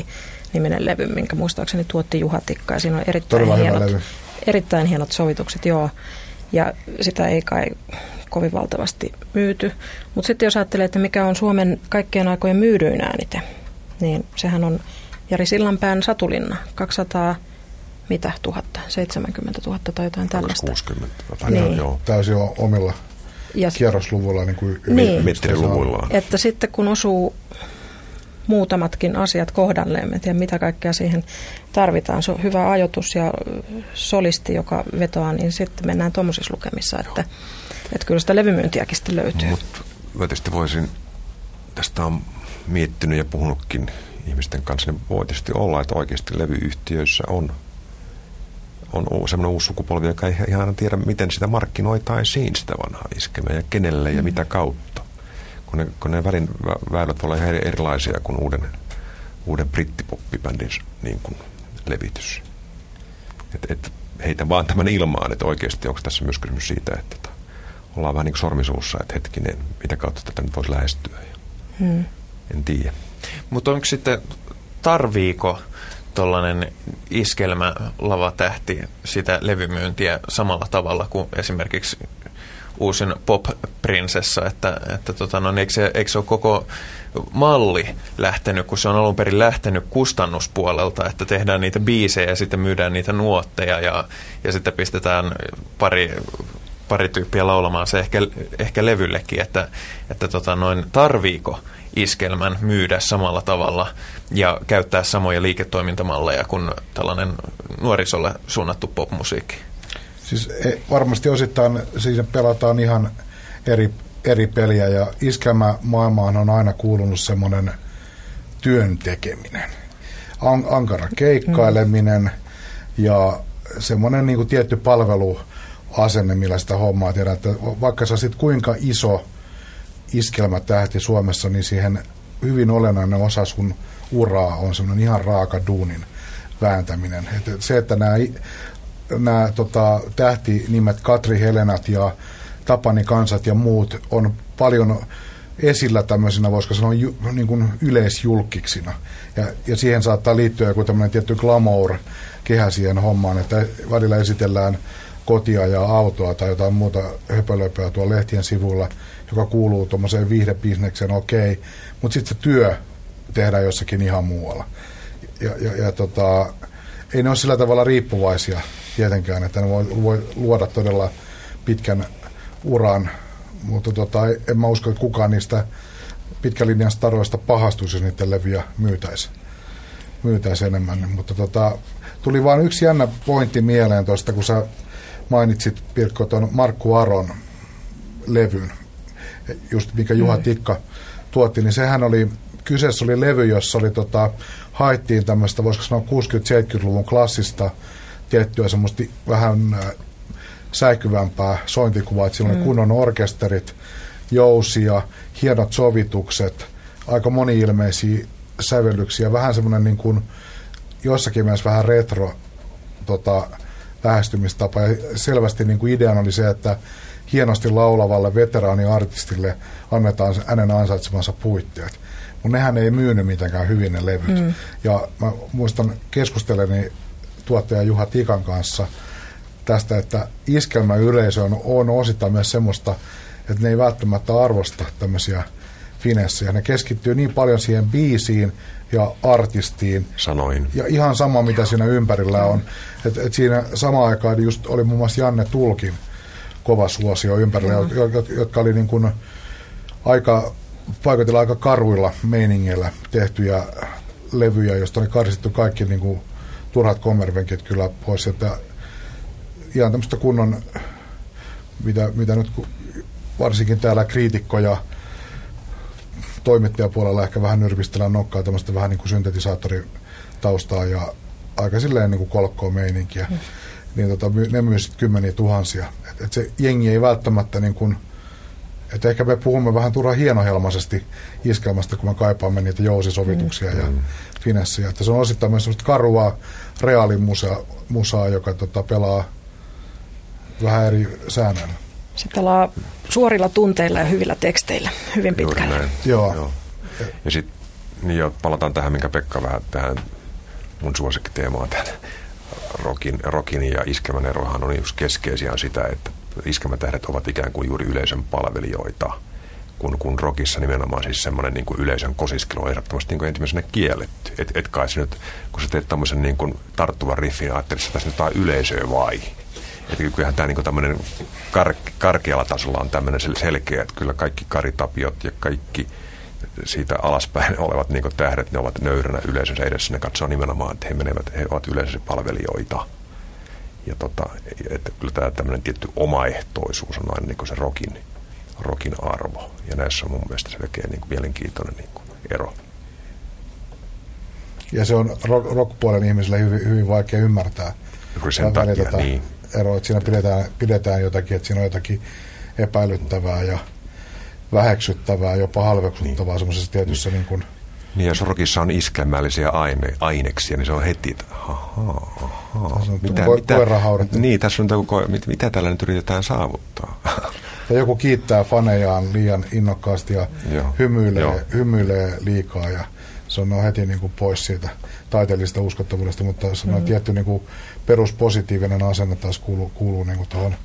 niminen levy, minkä muistaakseni tuotti Juha Tikka, ja siinä on erittäin hienot, erittäin hienot sovitukset, joo, ja sitä ei kai kovin valtavasti myyty. Mutta sitten jos ajattelee, että mikä on Suomen kaikkien aikojen myydyin äänite, niin sehän on Jari Sillanpään Satulinna, kaksisataa, mitä, tuhatta, seitsemänkymmentätuhatta tai jotain tällaista. kuusikymmentä. Niin. Joo. Täysin omilla ja kierrosluvulla. Niin kuin niin, metriluvuilla. Että sitten kun osuu muutamatkin asiat kohdalleen, en tiedä mitä kaikkea siihen tarvitaan. Se on hyvä ajoitus ja solisti, joka vetoaa, niin sitten mennään tuommoisissa lukemissa, että, että kyllä sitä levymyyntiäkin sitten löytyy. Mutta mä tietysti voisin, tästä on miettinyt ja puhunutkin ihmisten kanssa, niin voi tietysti olla, että oikeasti levyyhtiöissä on, on sellainen uusi sukupolvi, joka ei ihan tiedä, miten sitä markkinoitaisiin, sitä vanhaa iskelmää, ja kenelle ja mm. mitä kautta. Kun ne, kun ne välin väylät voi olla ihan erilaisia kuin uuden, uuden brittipoppibändin niin kuin levitys. Et, et heitä vaan tämän ilmaan, että oikeasti onko tässä myös kysymys siitä, että, että ollaan vähän niin kuin sormisuussa, että hetkinen, mitä kautta tätä nyt voisi lähestyä. Hmm. En tiedä. Mutta onko sitten, tarviiko tuollainen iskelmä lavatähti sitä levymyyntiä samalla tavalla kuin esimerkiksi uusin pop-prinsessa, että, että tota, no, eikö, se, eikö se ole koko malli lähtenyt, kun se on alun perin lähtenyt kustannuspuolelta, että tehdään niitä biisejä ja sitten myydään niitä nuotteja ja, ja sitten pistetään pari, pari tyyppiä laulamaan se ehkä, ehkä levyllekin, että, että tota, noin, tarviiko iskelmän myydä samalla tavalla ja käyttää samoja liiketoimintamalleja kuin tällainen nuorisolle suunnattu popmusiikki? Siis varmasti osittain siinä pelataan ihan eri, eri peliä, ja iskelmämaailmaan on aina kuulunut semmoinen työn tekeminen, An- ankara keikkaileminen mm. ja semmoinen niin kuin tietty palveluasenne, millä sitä hommaa tehdään. Että vaikka sä sit kuinka iso iskelmätähti Suomessa, niin siihen hyvin olennainen osa sun uraa on semmoinen ihan raaka duunin vääntäminen. Että se, että nämä nämä tota, tähtinimet, Katri Helenat ja Tapani Kansat ja muut on paljon esillä tämmöisenä, voisiko sanoa, ju, niin kuin yleisjulkiksina. Ja, ja siihen saattaa liittyä joku tämmöinen tietty glamour-kehä siihen hommaan, että välillä esitellään kotia ja autoa tai jotain muuta höpölöpöä tuolla lehtien sivuilla, joka kuuluu tuommoiseen viihdebisnekseen, okei, mutta sitten se työ tehdään jossakin ihan muualla. Ja, ja, ja tota, ei ne ole sillä tavalla riippuvaisia tietenkään, että ne voi, voi luoda todella pitkän uran, mutta tota, en mä usko, että kukaan niistä pitkän linjan staroista pahastuisi, jos niiden levyjä myytäisi, myytäisi enemmän. Mutta tota, tuli vain yksi jännä pointti mieleen tuosta, kun sä mainitsit, Pirkko, tuon Markku Aron levyn, just mikä Juha Tikka tuotti, niin sehän oli, kyseessä oli levy, jossa oli tota, haettiin tämmöistä, voisiko sanoa kuusikymmentä-seitsemänkymmentäluvun klassista tiettyä semmoista vähän säikyvämpää sointikuvaa, että siinä oli mm. kunnon orkesterit, jousia, hienot sovitukset, aika moni-ilmeisiä sävellyksiä, vähän semmoinen niin kuin jossakin mielessä vähän retro tota, lähestymistapa, ja selvästi niin kuin ideana oli se, että hienosti laulavalle veteraaniartistille annetaan hänen ansaitsemansa puitteet. Mutta nehän ei myynyt mitenkään hyvin ne levyt. Mm. Ja mä muistan keskusteleni tuottaja Juha Tikan kanssa tästä, että iskelmäyleisö on, on osittain myös semmoista, että ne ei välttämättä arvosta tämmöisiä finessejä. Ne keskittyy niin paljon siihen biisiin ja artistiin. Sanoin. Ja ihan sama, mitä siinä ympärillä on. Että et siinä samaan aikaan just oli muun muassa Janne Tulkin kova suosio ympärillä, mm. jotka, jotka oli niin kuin aika paikoitella aika karuilla meiningeillä tehtyjä levyjä, joista oli karsittu kaikki niin kuin turhat kommervenkit kyllä pois. Että ihan tämmöistä kunnon, mitä, mitä nyt varsinkin täällä kriitikkoja toimittajapuolella ehkä vähän nyrpistellään nokkaa, tämmöistä vähän niin kuin syntetisaattoritaustaa ja aika silleen niin kuin kolkkoa meininkiä. Mm. Niin tota, ne myy sitten kymmeniä tuhansia. Että et se jengi ei välttämättä niin kuin, että ehkä me puhumme vähän turhaan hienohelmaisesti iskelmästä, kun me kaipaamme niitä jousisovituksia mm. ja finessiä. Että se on osittain myös semmoista karua reaalimusaa, musaa, joka tota, pelaa vähän eri säännöillä. Se pelaa suorilla tunteilla ja hyvillä teksteillä hyvin pitkälle. Joo. Joo. Ja sitten niin palataan tähän, minkä Pekka vähän tähän mun suosikkiteema on tämän rockin, rockin ja iskelmän erohan on just keskeisiä sitä, että iskelmätähdet ovat ikään kuin juuri yleisön palvelijoita, kun, kun rockissa nimenomaan siis semmoinen niin kuin yleisön kosiskelu on ehdottomasti niin kuin ensimmäisenä kielletty. Et, et kai se nyt, kun sä teet tämmöisen niin kuin tarttuvan riffin, ajattelit, että tässä nyt jotain yleisöä vai? Että kyllähän tämä niin tämmöinen kar, karkealla tasolla on tämmöinen selkeä, että kyllä kaikki Kari Tapiot ja kaikki siitä alaspäin olevat niin tähdet, ne ovat nöyränä yleisönsä edessä. Ne katsoo nimenomaan, että he menevät, he ovat yleisönsä palvelijoita. Ja tota, että kyllä tämä tämmöinen tietty omaehtoisuus on aina niin se rockin, rockin arvo. Ja näissä on mun mielestä selkeä niin mielenkiintoinen niin ero. Ja se on rock-puolen ihmisille hyvin, hyvin vaikea ymmärtää. Kyllä sen takia, tätä niin. Eroa, että siinä pidetään, pidetään jotakin, että siinä on jotakin epäilyttävää ja väheksyttävää, jopa halveksuttavaa niin. Semmoisessa tietyssä niin kuin... Niin, jos rockissa on iskelmällisiä aine, aineksia, niin se on heti, että ahaa, ahaa. Mitä, ko- mitä, niin, tässä on joku, mit, mitä tällä nyt yritetään saavuttaa? Ja joku kiittää fanejaan liian innokkaasti ja joo, hymyilee, joo. hymyilee liikaa ja se on heti niin kuin pois siitä taiteellisesta uskottavuudesta, mutta se on mm-hmm. tietty niin kuin peruspositiivinen asenne taas kuuluu, kuuluu niin kuin tuohon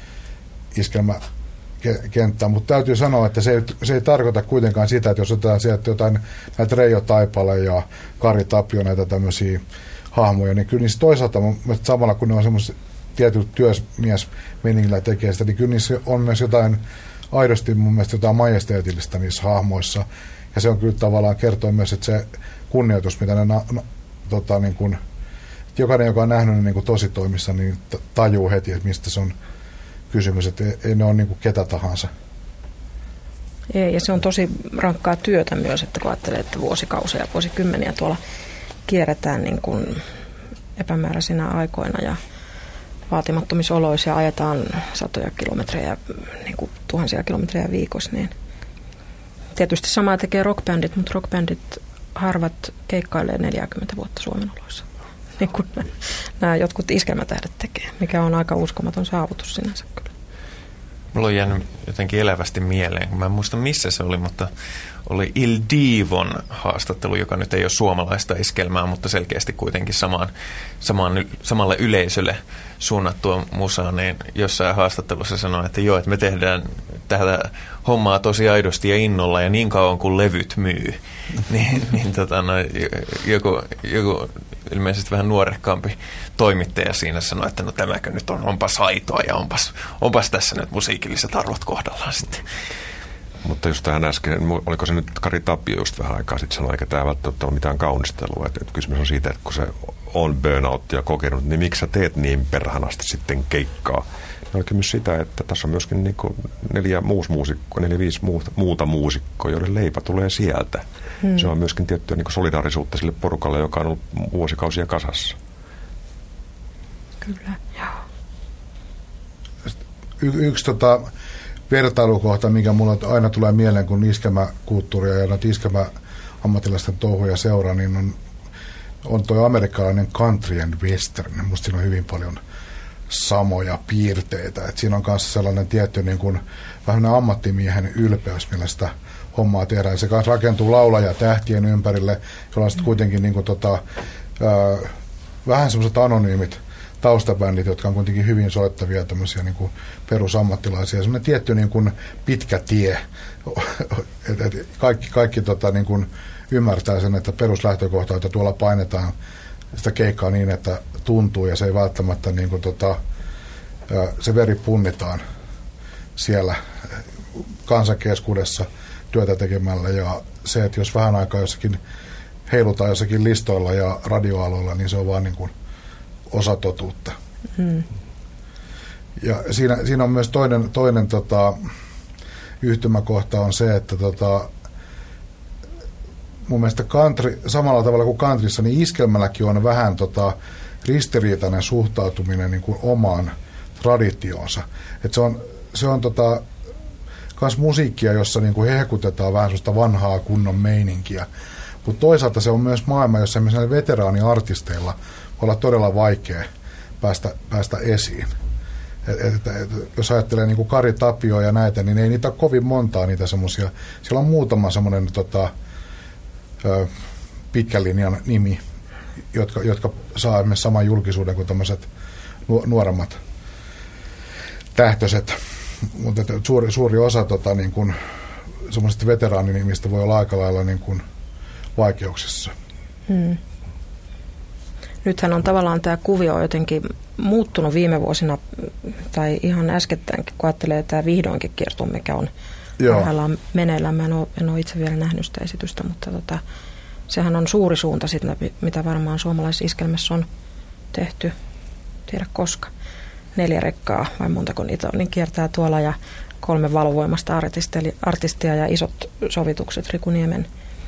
iskelmäkenttään. Mutta täytyy sanoa, että se ei, se ei tarkoita kuitenkaan sitä, että jos otetaan sieltä jotain näitä Reijo Taipale ja Kari Tapio, näitä tämmöisiä hahmoja, niin kyllä niissä toisaalta samalla kun ne on semmoiset tietyllä työmiesmeningillä tekee sitä, niin kyllä niissä on myös jotain aidosti mun mielestä jotain majesteetillista niissä hahmoissa. Ja se on kyllä tavallaan kertoo myös, että se kunnioitus, mitä ne na, na, tota, niin kuin, jokainen, joka on nähnyt ne niin kuin tositoimissa, niin tajuu heti, että mistä se on kysymys, että ei, ei ne ole niin kuin ketä tahansa. Ei, ja se on tosi rankkaa työtä myös, että kun ajattelee, että vuosikausia ja vuosikymmeniä tuolla kierretään niin kuin epämääräisinä aikoina ja vaatimattomissa oloissa ja ajetaan satoja kilometrejä, niin kuin tuhansia kilometrejä viikossa, niin tietysti samaa tekee rockbändit, mutta rockbändit harvat keikkailee neljäkymmentä vuotta Suomen oloissa. Niin kuin nämä jotkut iskelmätähdet tekee, mikä on aika uskomaton saavutus sinänsä kyllä. Mulla on jäänyt jotenkin elävästi mieleen, kun mä en muista missä se oli, mutta oli Il Divon haastattelu, joka nyt ei ole suomalaista iskelmää, mutta selkeästi kuitenkin samaan, samaan, samalle yleisölle suunnattua musaa, niin jossain haastattelussa sanoi, että joo, että me tehdään tätä hommaa tosi aidosti ja innolla ja niin kauan kuin levyt myy. niin, niin tota, no, joku, joku ilmeisesti vähän nuorekkaampi toimittaja siinä sanoi, että no tämäkö nyt on, onpas aitoa ja onpas, onpas tässä nyt musiikilliset arvot kohdallaan sitten. Mutta just tähän äsken, oliko se nyt Kari Tapio just vähän aikaa sitten sanoi, eikä tämä välttämättä ole mitään kaunistelua. Että kysymys on siitä, että kun se on burnouttia kokenut, niin miksi sä teet niin perhanasti sitten keikkaa? On kysymys sitä, että tässä on myöskin niin kuin neljä muus muusikkoa, neljä viisi muuta, muuta muusikkoa, joiden leipä tulee sieltä. Hmm. Se on myöskin tiettyä niin kuin solidaarisuutta sille porukalle, joka on ollut vuosikausia kasassa. Kyllä, joo. Y- yksi tota... vertailukohta, mikä mulla aina tulee mieleen, kun iskelmäkulttuuria ja noita iskelmäammattilaisten touhuja seuraa, niin on, on tuo amerikkalainen country and western. Musta siinä on hyvin paljon samoja piirteitä. Et siinä on myös sellainen tietty niin kuin, vähän ammattimiehen ylpeys, millä sitä hommaa tehdään. Se kanssa rakentuu laulaja tähtien ympärille, jolla on sitten kuitenkin niin kuin, tota, ää, vähän semmoiset anonyymit taustabändit, jotka on kuitenkin hyvin soittavia tämmöisiä niin kuin perusammattilaisia. Semmoinen tietty niin kuin pitkä tie. et, et kaikki kaikki tota, niin kuin ymmärtää sen, että peruslähtökohta, että tuolla painetaan sitä keikkaa niin, että tuntuu ja se ei välttämättä niin kuin, tota, se veri punnitaan siellä kansankeskuudessa työtä tekemällä ja se, että jos vähän aikaa jossakin heilutaan jossakin listoilla ja radioaloilla, niin se on vaan niin kuin osa totuutta. Hmm. Ja siinä, siinä on myös toinen, toinen tota, yhtymäkohta on se, että tota, mun mielestä country, samalla tavalla kuin countryssa, niin iskelmälläkin on vähän tota, ristiriitainen suhtautuminen niin kuin omaan traditioonsa. Et se on, se on tota, kans musiikkia, jossa niin kuin hehkutetaan vähän sellaista vanhaa kunnon meininkiä. Mutta toisaalta se on myös maailma, jossa esimerkiksi veteraaniartisteilla voi olla todella vaikea päästä, päästä esiin. Et, et, et, jos ajattelee niin kuin Kari Tapio ja näitä, niin ei niitä ole kovin montaa niitä semmoisia. Siellä on muutama semmoinen tota, pitkän linjan nimi, jotka, jotka saa esimerkiksi saman julkisuuden kuin tämmöiset nuoremmat tähtöiset. Mutta suuri, suuri osa tota, niin kuin, semmoisista veteraaninimistä voi olla aika lailla niin kuin vaikeuksissa. Hmm. Nythän on tavallaan tämä kuvio jotenkin muuttunut viime vuosina, tai ihan äskettäinkin, kun ajattelee tämä vihdoinkin kiertue, mikä on parhaillaan meneillään. Mä en ole, en ole itse vielä nähnyt sitä esitystä, mutta tota, sehän on suuri suunta, sit, mitä varmaan suomalaisessa iskelmässä on tehty. Tiedä koska. Neljä rekkaa, vai montako niitä on, niin kiertää tuolla, ja kolme valovoimasta artistia ja isot sovitukset, Riku Niemen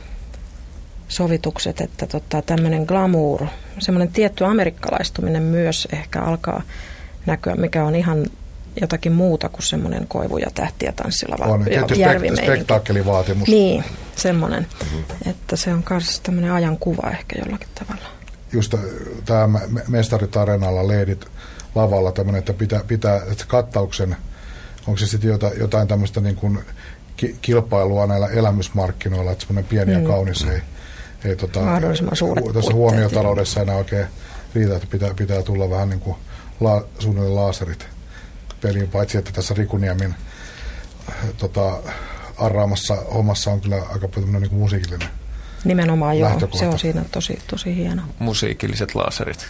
sovitukset, että tota, tämmöinen glamour, semmoinen tietty amerikkalaistuminen myös ehkä alkaa näkyä, mikä on ihan jotakin muuta kuin semmoinen koivu ja tähtiä tanssilla on järvimeininki. Spektaakkelivaatimus. Niin, semmoinen, mm-hmm. että se on myös tämmöinen ajankuva ehkä jollakin tavalla. Just tämä Mestarit Areenalla leidit lavalla tämmöinen, että pitää, pitää että kattauksen, onko se sitten jotain, jotain tämmöistä niin kuin kilpailua näillä elämysmarkkinoilla, että semmoinen pieni ja mm. kaunis ei, ei tota, mahdollisimman suuret tässä huomiotaloudessa enää oikein riitä, että pitää, pitää tulla vähän niin kuin la, suunnilleen laaserit peliin, paitsi että tässä Rikuniemin tota, arraamassa hommassa on kyllä aika paljon niin kuin musiikillinen. Nimenomaan joo, se on siinä tosi, tosi hieno. Musiikilliset laaserit.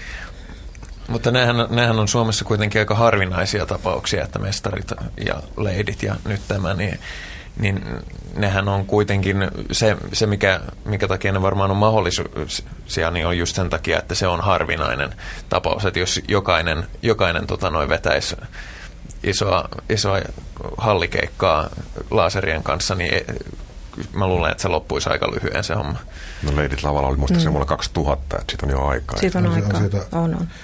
Mutta nämähän, nämähän on Suomessa kuitenkin aika harvinaisia tapauksia, että mestarit ja leidit ja nyt tämä, niin, niin nehän on kuitenkin se, se mikä, mikä takia ne varmaan on mahdollisia, niin on just sen takia, että se on harvinainen tapaus, että jos jokainen, jokainen tota, noin vetäisi isoa, isoa hallikeikkaa laaserien kanssa, niin mä luulen, että se loppuisi aika lyhyen se homma. No leidit lavalla oli musta mm. se vuonna kaksituhatta, että siitä on jo aikaa. Siitä on aikaa, siitä, on, on.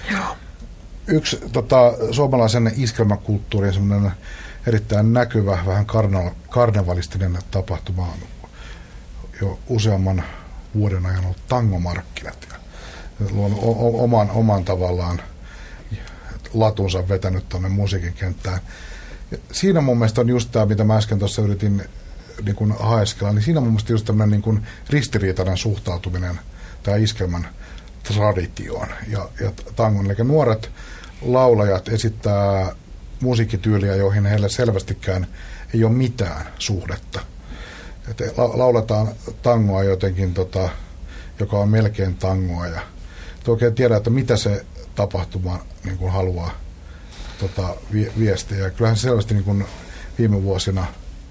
Yksi tota, suomalaisen iskelmäkulttuurin semmoinen erittäin näkyvä, vähän karna- karnevalistinen tapahtuma on jo useamman vuoden ajan ollut tangomarkkinat. Luonut o- oman, oman tavallaan latunsa vetänyt tuonne musiikin kenttään. Ja siinä mun mielestä on just tämä, mitä mä äsken tuossa yritin niin kuin haeskella, niin siinä mun mielestä just tämmöinen niin kuin ristiriitainen suhtautuminen tämä iskelmän traditioon ja, ja tangon. Eli nuoret laulajat esittää musiikkityyliä, joihin heillä selvästikään ei ole mitään suhdetta. Että la, lauletaan tangoa jotenkin, tota, joka on melkein tangoa, ja et oikein tiedä, että mitä se tapahtuma niin kuin haluaa tota, vi, viestiä. Ja kyllähän selvästi niin kuin viime vuosina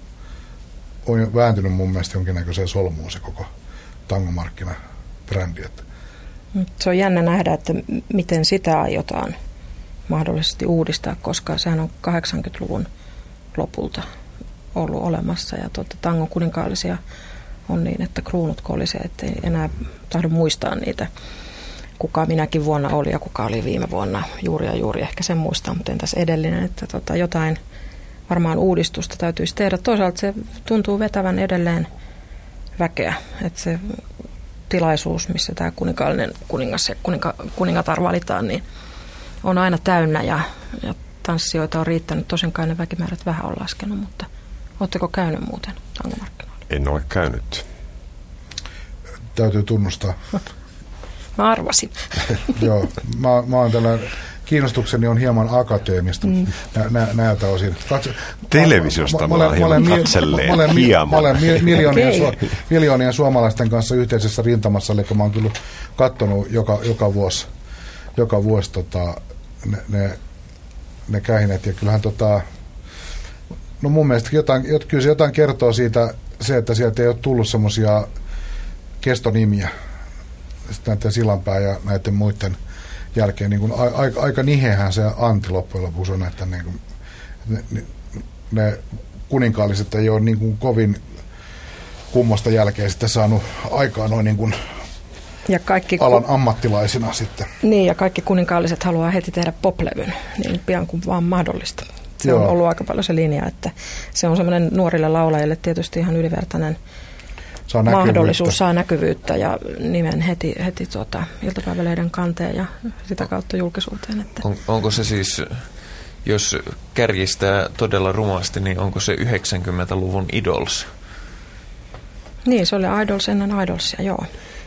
on vääntynyt mun mielestä jonkinnäköiseen solmuun se koko tangomarkkina-brändi. Se on jännä nähdä, että miten sitä aiotaan mahdollisesti uudistaa, koska sehän on kahdeksankymmentäluvun lopulta ollut olemassa, ja tuota, tangon kuninkaallisia on niin, että kruunut kolisee, ettei enää tahdo muistaa niitä, kuka minäkin vuonna oli ja kuka oli viime vuonna juuri ja juuri, ehkä sen muistaa, mutta entäs edellinen, että tota, jotain varmaan uudistusta täytyisi tehdä. Toisaalta se tuntuu vetävän edelleen väkeä, että se tilaisuus, missä tämä kuninkaallinen kuningas ja kuninka, kuningatar valitaan, niin on aina täynnä, ja, ja tanssijoita on riittänyt. Tosinkaan ne väkimäärät vähän on laskenut, mutta oletteko käynyt muuten tangomarkkinoilla? En ole käynyt. Täytyy tunnustaa. Mä arvasin. Joo, mä, mä oon tällä kiinnostukseni on hieman akateemista mm. nä, näiltä osin. Katso, televisiosta mä olen hieman katselleen hieman. Mä olen miljoonien, okay. su, miljoonien suomalaisten kanssa yhteisessä rintamassa, eli mä oon kyllä katsonut joka, joka vuosi, joka vuosi tota, ne, ne, ne kähineet, ja kyllähän tota, no mun mielestä jotain, kyllä se jotain kertoo siitä, se, että sieltä ei ole tullut semmoisia kestonimiä, sitten näiden Sillanpää ja näiden muiden jälkeen, niin kuin aika, aika nihehän se Antti loppujen lopuksi on, että niin kuin, ne, ne, ne kuninkaalliset ei ole niin kuin kovin kummasta jälkeen sitten saanut aikaa noin niin kuin ja kaikki alan ku... ammattilaisina sitten. Niin, ja kaikki kuninkaalliset haluaa heti tehdä poplevyn, niin pian kuin vaan mahdollista. Se Joo. on ollut aika paljon se linja, että se on semmoinen nuorille laulajille tietysti ihan ylivertainen saa mahdollisuus, saa näkyvyyttä ja nimen heti, heti tuota, iltapäivälehden kanteen ja sitä kautta julkisuuteen. Että. On, onko se siis, jos kärjistää todella rumasti, niin onko se yhdeksänkymmentäluvun Idols? Niin, se oli Idols ennen Idolsia, joo.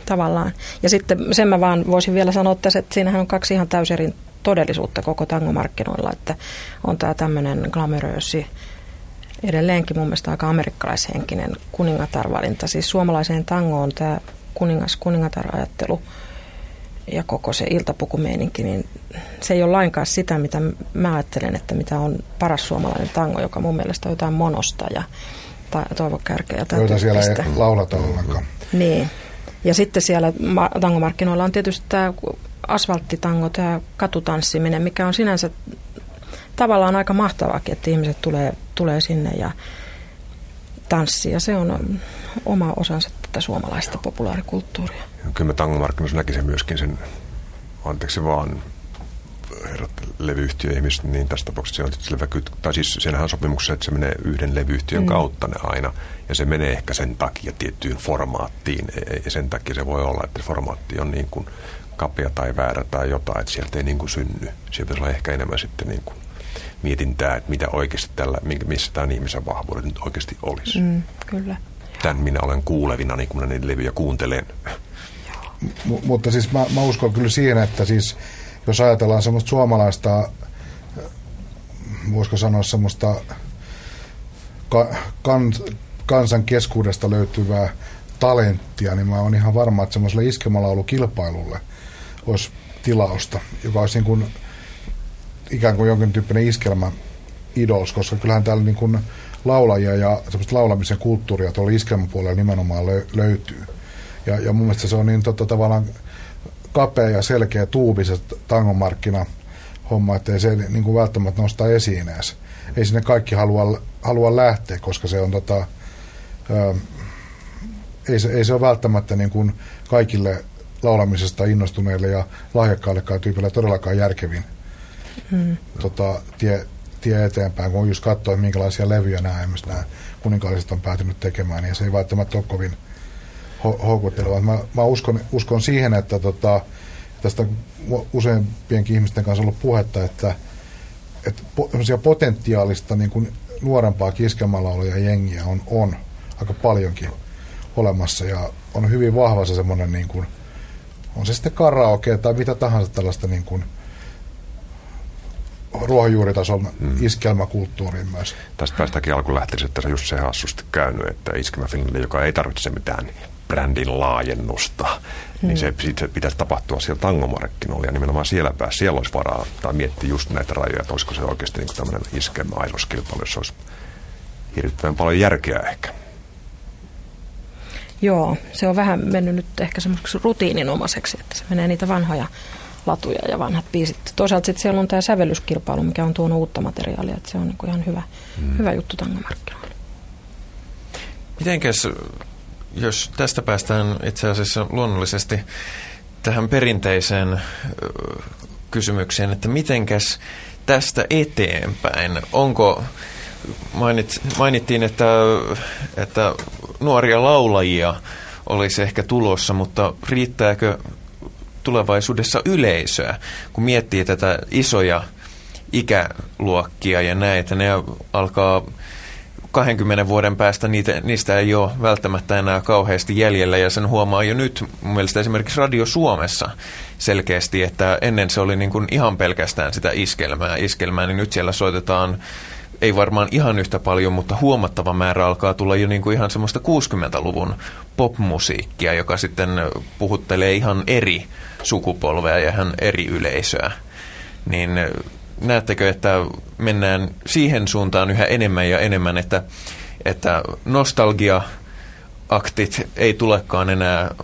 tavallaan. Ja sitten sen mä vaan voisin vielä sanoa tässä, että siinähän on kaksi ihan täysin eri todellisuutta koko tangomarkkinoilla, että on tämä tämmöinen glamouröösi, edelleenkin mun mielestä aika amerikkalaishenkinen kuningatarvalinta. Siis suomalaiseen tangoon tämä kuningas, kuningatar-ajattelu ja koko se iltapukumeininki, niin se ei ole lainkaan sitä, mitä mä ajattelen, että mitä on paras suomalainen tango, joka mun mielestä on jotain Monosta ja Toivo Kärkeä. Joita siellä ei laulata ollenkaan. Niin. Ja sitten siellä tangomarkkinoilla on tietysti tämä asfalttitango, tämä katutanssiminen, mikä on sinänsä tavallaan aika mahtavaakin, että ihmiset tulee, tulee sinne ja tanssii. Ja se on oma osansa tätä suomalaista populaarikulttuuria. Kyllä mä tangomarkkinoissa näkisin myöskin sen, anteeksi vaan herrat levyyhtiöihmiset, niin tässä tapauksessa se on selvä kyt, tai siis siinähän on sopimuksessa, että se menee yhden levyyhtiön mm. kautta ne aina, ja se menee ehkä sen takia tiettyyn formaattiin, ja sen takia se voi olla, että formaatti on niin kuin kapea tai väärä tai jotain, että sieltä ei niin kuin synny. Sieltä pitäisi olla ehkä enemmän sitten niin kuin mietintää, että mitä oikeasti tällä, missä tämä ihmisen vahvuudet nyt oikeasti olisi. Mm, kyllä. Tän minä olen kuulevina, niin kun minä niitä levyjä kuuntelen. M- mutta siis mä, mä uskon kyllä siihen, että siis jos ajatellaan semmoista suomalaista, voisiko sanoa semmoista ka- kans, kansan keskuudesta löytyvää talenttia, niin mä oon ihan varma, että semmoiselle iskelmälaulukilpailulle olisi tilausta, joka olisi niin kuin ikään kuin jonkin tyyppinen iskelmä-idols, koska kyllähän täällä niin kuin laulajia ja semmoista laulamisen kulttuuria tuolla iskelmäpuolella nimenomaan löytyy. Ja, ja mun mielestä se on niin totta tavallaan kapea ja selkeä tuubiset tangomarkkina homma, että ei se niin kuin välttämättä nostaa esiin edes. Ei sinne kaikki halua, halua lähteä, koska se on tota, ää, ei, se, ei se ole välttämättä niin kuin kaikille laulamisesta innostuneille ja lahjakkaillekaan tyypille todellakaan järkevin hmm. tota, tie, tie eteenpäin, kun just katsoo, minkälaisia levyjä nämä, esimerkiksi nämä kuninkaalliset on päätynyt tekemään, niin se ei välttämättä ole kovin houkutteleva. Mä, mä uskon, uskon siihen, että tota, tästä useampienkin ihmisten kanssa on ollut puhetta, että, että po, potentiaalista niin kuin nuorempaa iskelmälauluja jengiä on, on aika paljonkin olemassa ja on hyvin vahva se semmoinen, niin kuin, on se sitten karaoke tai mitä tahansa tällaista niin kuin ruohonjuuritason mm. iskelmäkulttuuriin myös. Tästä päästäänkin alkulähteessä, että se just se hassusti käynyt, että iskelmäfilmille, joka ei tarvitse mitään brändin laajennusta, mm. niin se, se pitäisi tapahtua siellä tangomarkkinoilla ja nimenomaan siellä päässä. Siellä olisi varaa tai miettiä just näitä rajoja, että olisiko se oikeasti niin kuin tämmöinen iskelmä-aidoskilpailu, jossa olisi hirvittävän paljon järkeä ehkä. Joo, se on vähän mennyt nyt ehkä semmoiseksi rutiininomaiseksi, että se menee niitä vanhoja latuja ja vanhat biisit. Toisaalta sitten siellä on tämä sävellyskilpailu, mikä on tuonut uutta materiaalia, että se on niinku ihan hyvä, mm. hyvä juttu tangomarkkinoilla. Mitenkäs, jos tästä päästään itse asiassa luonnollisesti tähän perinteiseen kysymykseen, että mitenkäs tästä eteenpäin? Onko, mainit, mainittiin, että, että nuoria laulajia olisi ehkä tulossa, mutta riittääkö tulevaisuudessa yleisöä, kun miettii tätä isoja ikäluokkia ja näitä, ne alkaa kahdenkymmenen vuoden päästä, niitä, niistä ei ole välttämättä enää kauheasti jäljellä, ja sen huomaa jo nyt, mun mielestä esimerkiksi Radio Suomessa selkeästi, että ennen se oli niin kuin ihan pelkästään sitä iskelmää, iskelmää, niin nyt siellä soitetaan ei varmaan ihan yhtä paljon, mutta huomattava määrä alkaa tulla jo niin kuin ihan semmoista kuusikymmentäluvun popmusiikkia, joka sitten puhuttelee ihan eri sukupolvea ja ihan eri yleisöä. Niin näettekö, että mennään siihen suuntaan yhä enemmän ja enemmän, että, että nostalgia-aktit ei tulekaan enää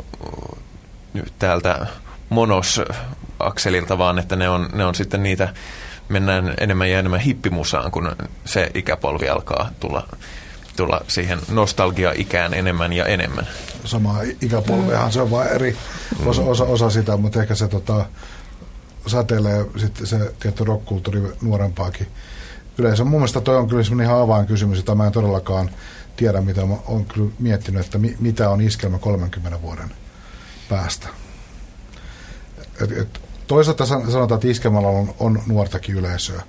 täältä Monos-akselilta, vaan että ne on, ne on sitten niitä, mennään enemmän ja enemmän hippimusaan, kun se ikäpolvi alkaa tulla, tulla siihen nostalgia-ikään enemmän ja enemmän. Sama ikäpolvehan, se on vain eri osa, osa, osa sitä, mutta ehkä se tota, säteilee sitten se tietty rock-kulttuuri nuorempaakin. Yleensä mun mielestä toi on kyllä semmoinen ihan avainkysymys, jota mä en todellakaan tiedä, mitä mä oon kyllä miettinyt, että mi, mitä on iskelmä kolmenkymmenen vuoden päästä. Et, et, toisaalta sanotaan, että iskelmällä on, on nuortakin yleisöä.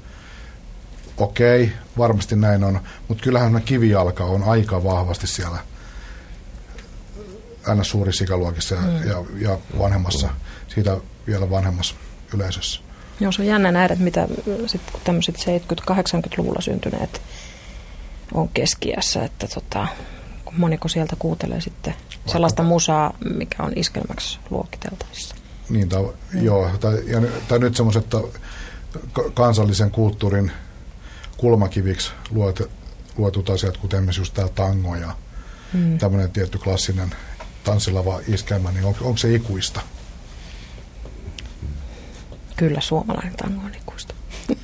Okei, varmasti näin on, mutta kyllähän kivijalka on aika vahvasti siellä aina suurissa ikäluokissa ja, mm. ja, ja vanhemmassa, siitä vielä vanhemmassa yleisössä. Joo, se on jännä nähdä, että mitä sitten tämmöiset seitsemänkymmentä-kahdeksankymmentäluvulla syntyneet on keski-iässä, että tota, moniko sieltä kuuntelee sitten sellaista musaa, mikä on iskelmäksi luokiteltavissa. Niin, tai, mm. joo, tai, ja, tai nyt semmoiset kansallisen kulttuurin kulmakiviksi luot, luotut asiat, kuten esimerkiksi just tämä tango ja mm. tämmöinen tietty klassinen tanssilava iskelmä, niin on, onko se ikuista? Kyllä suomalainen tango on ikuista.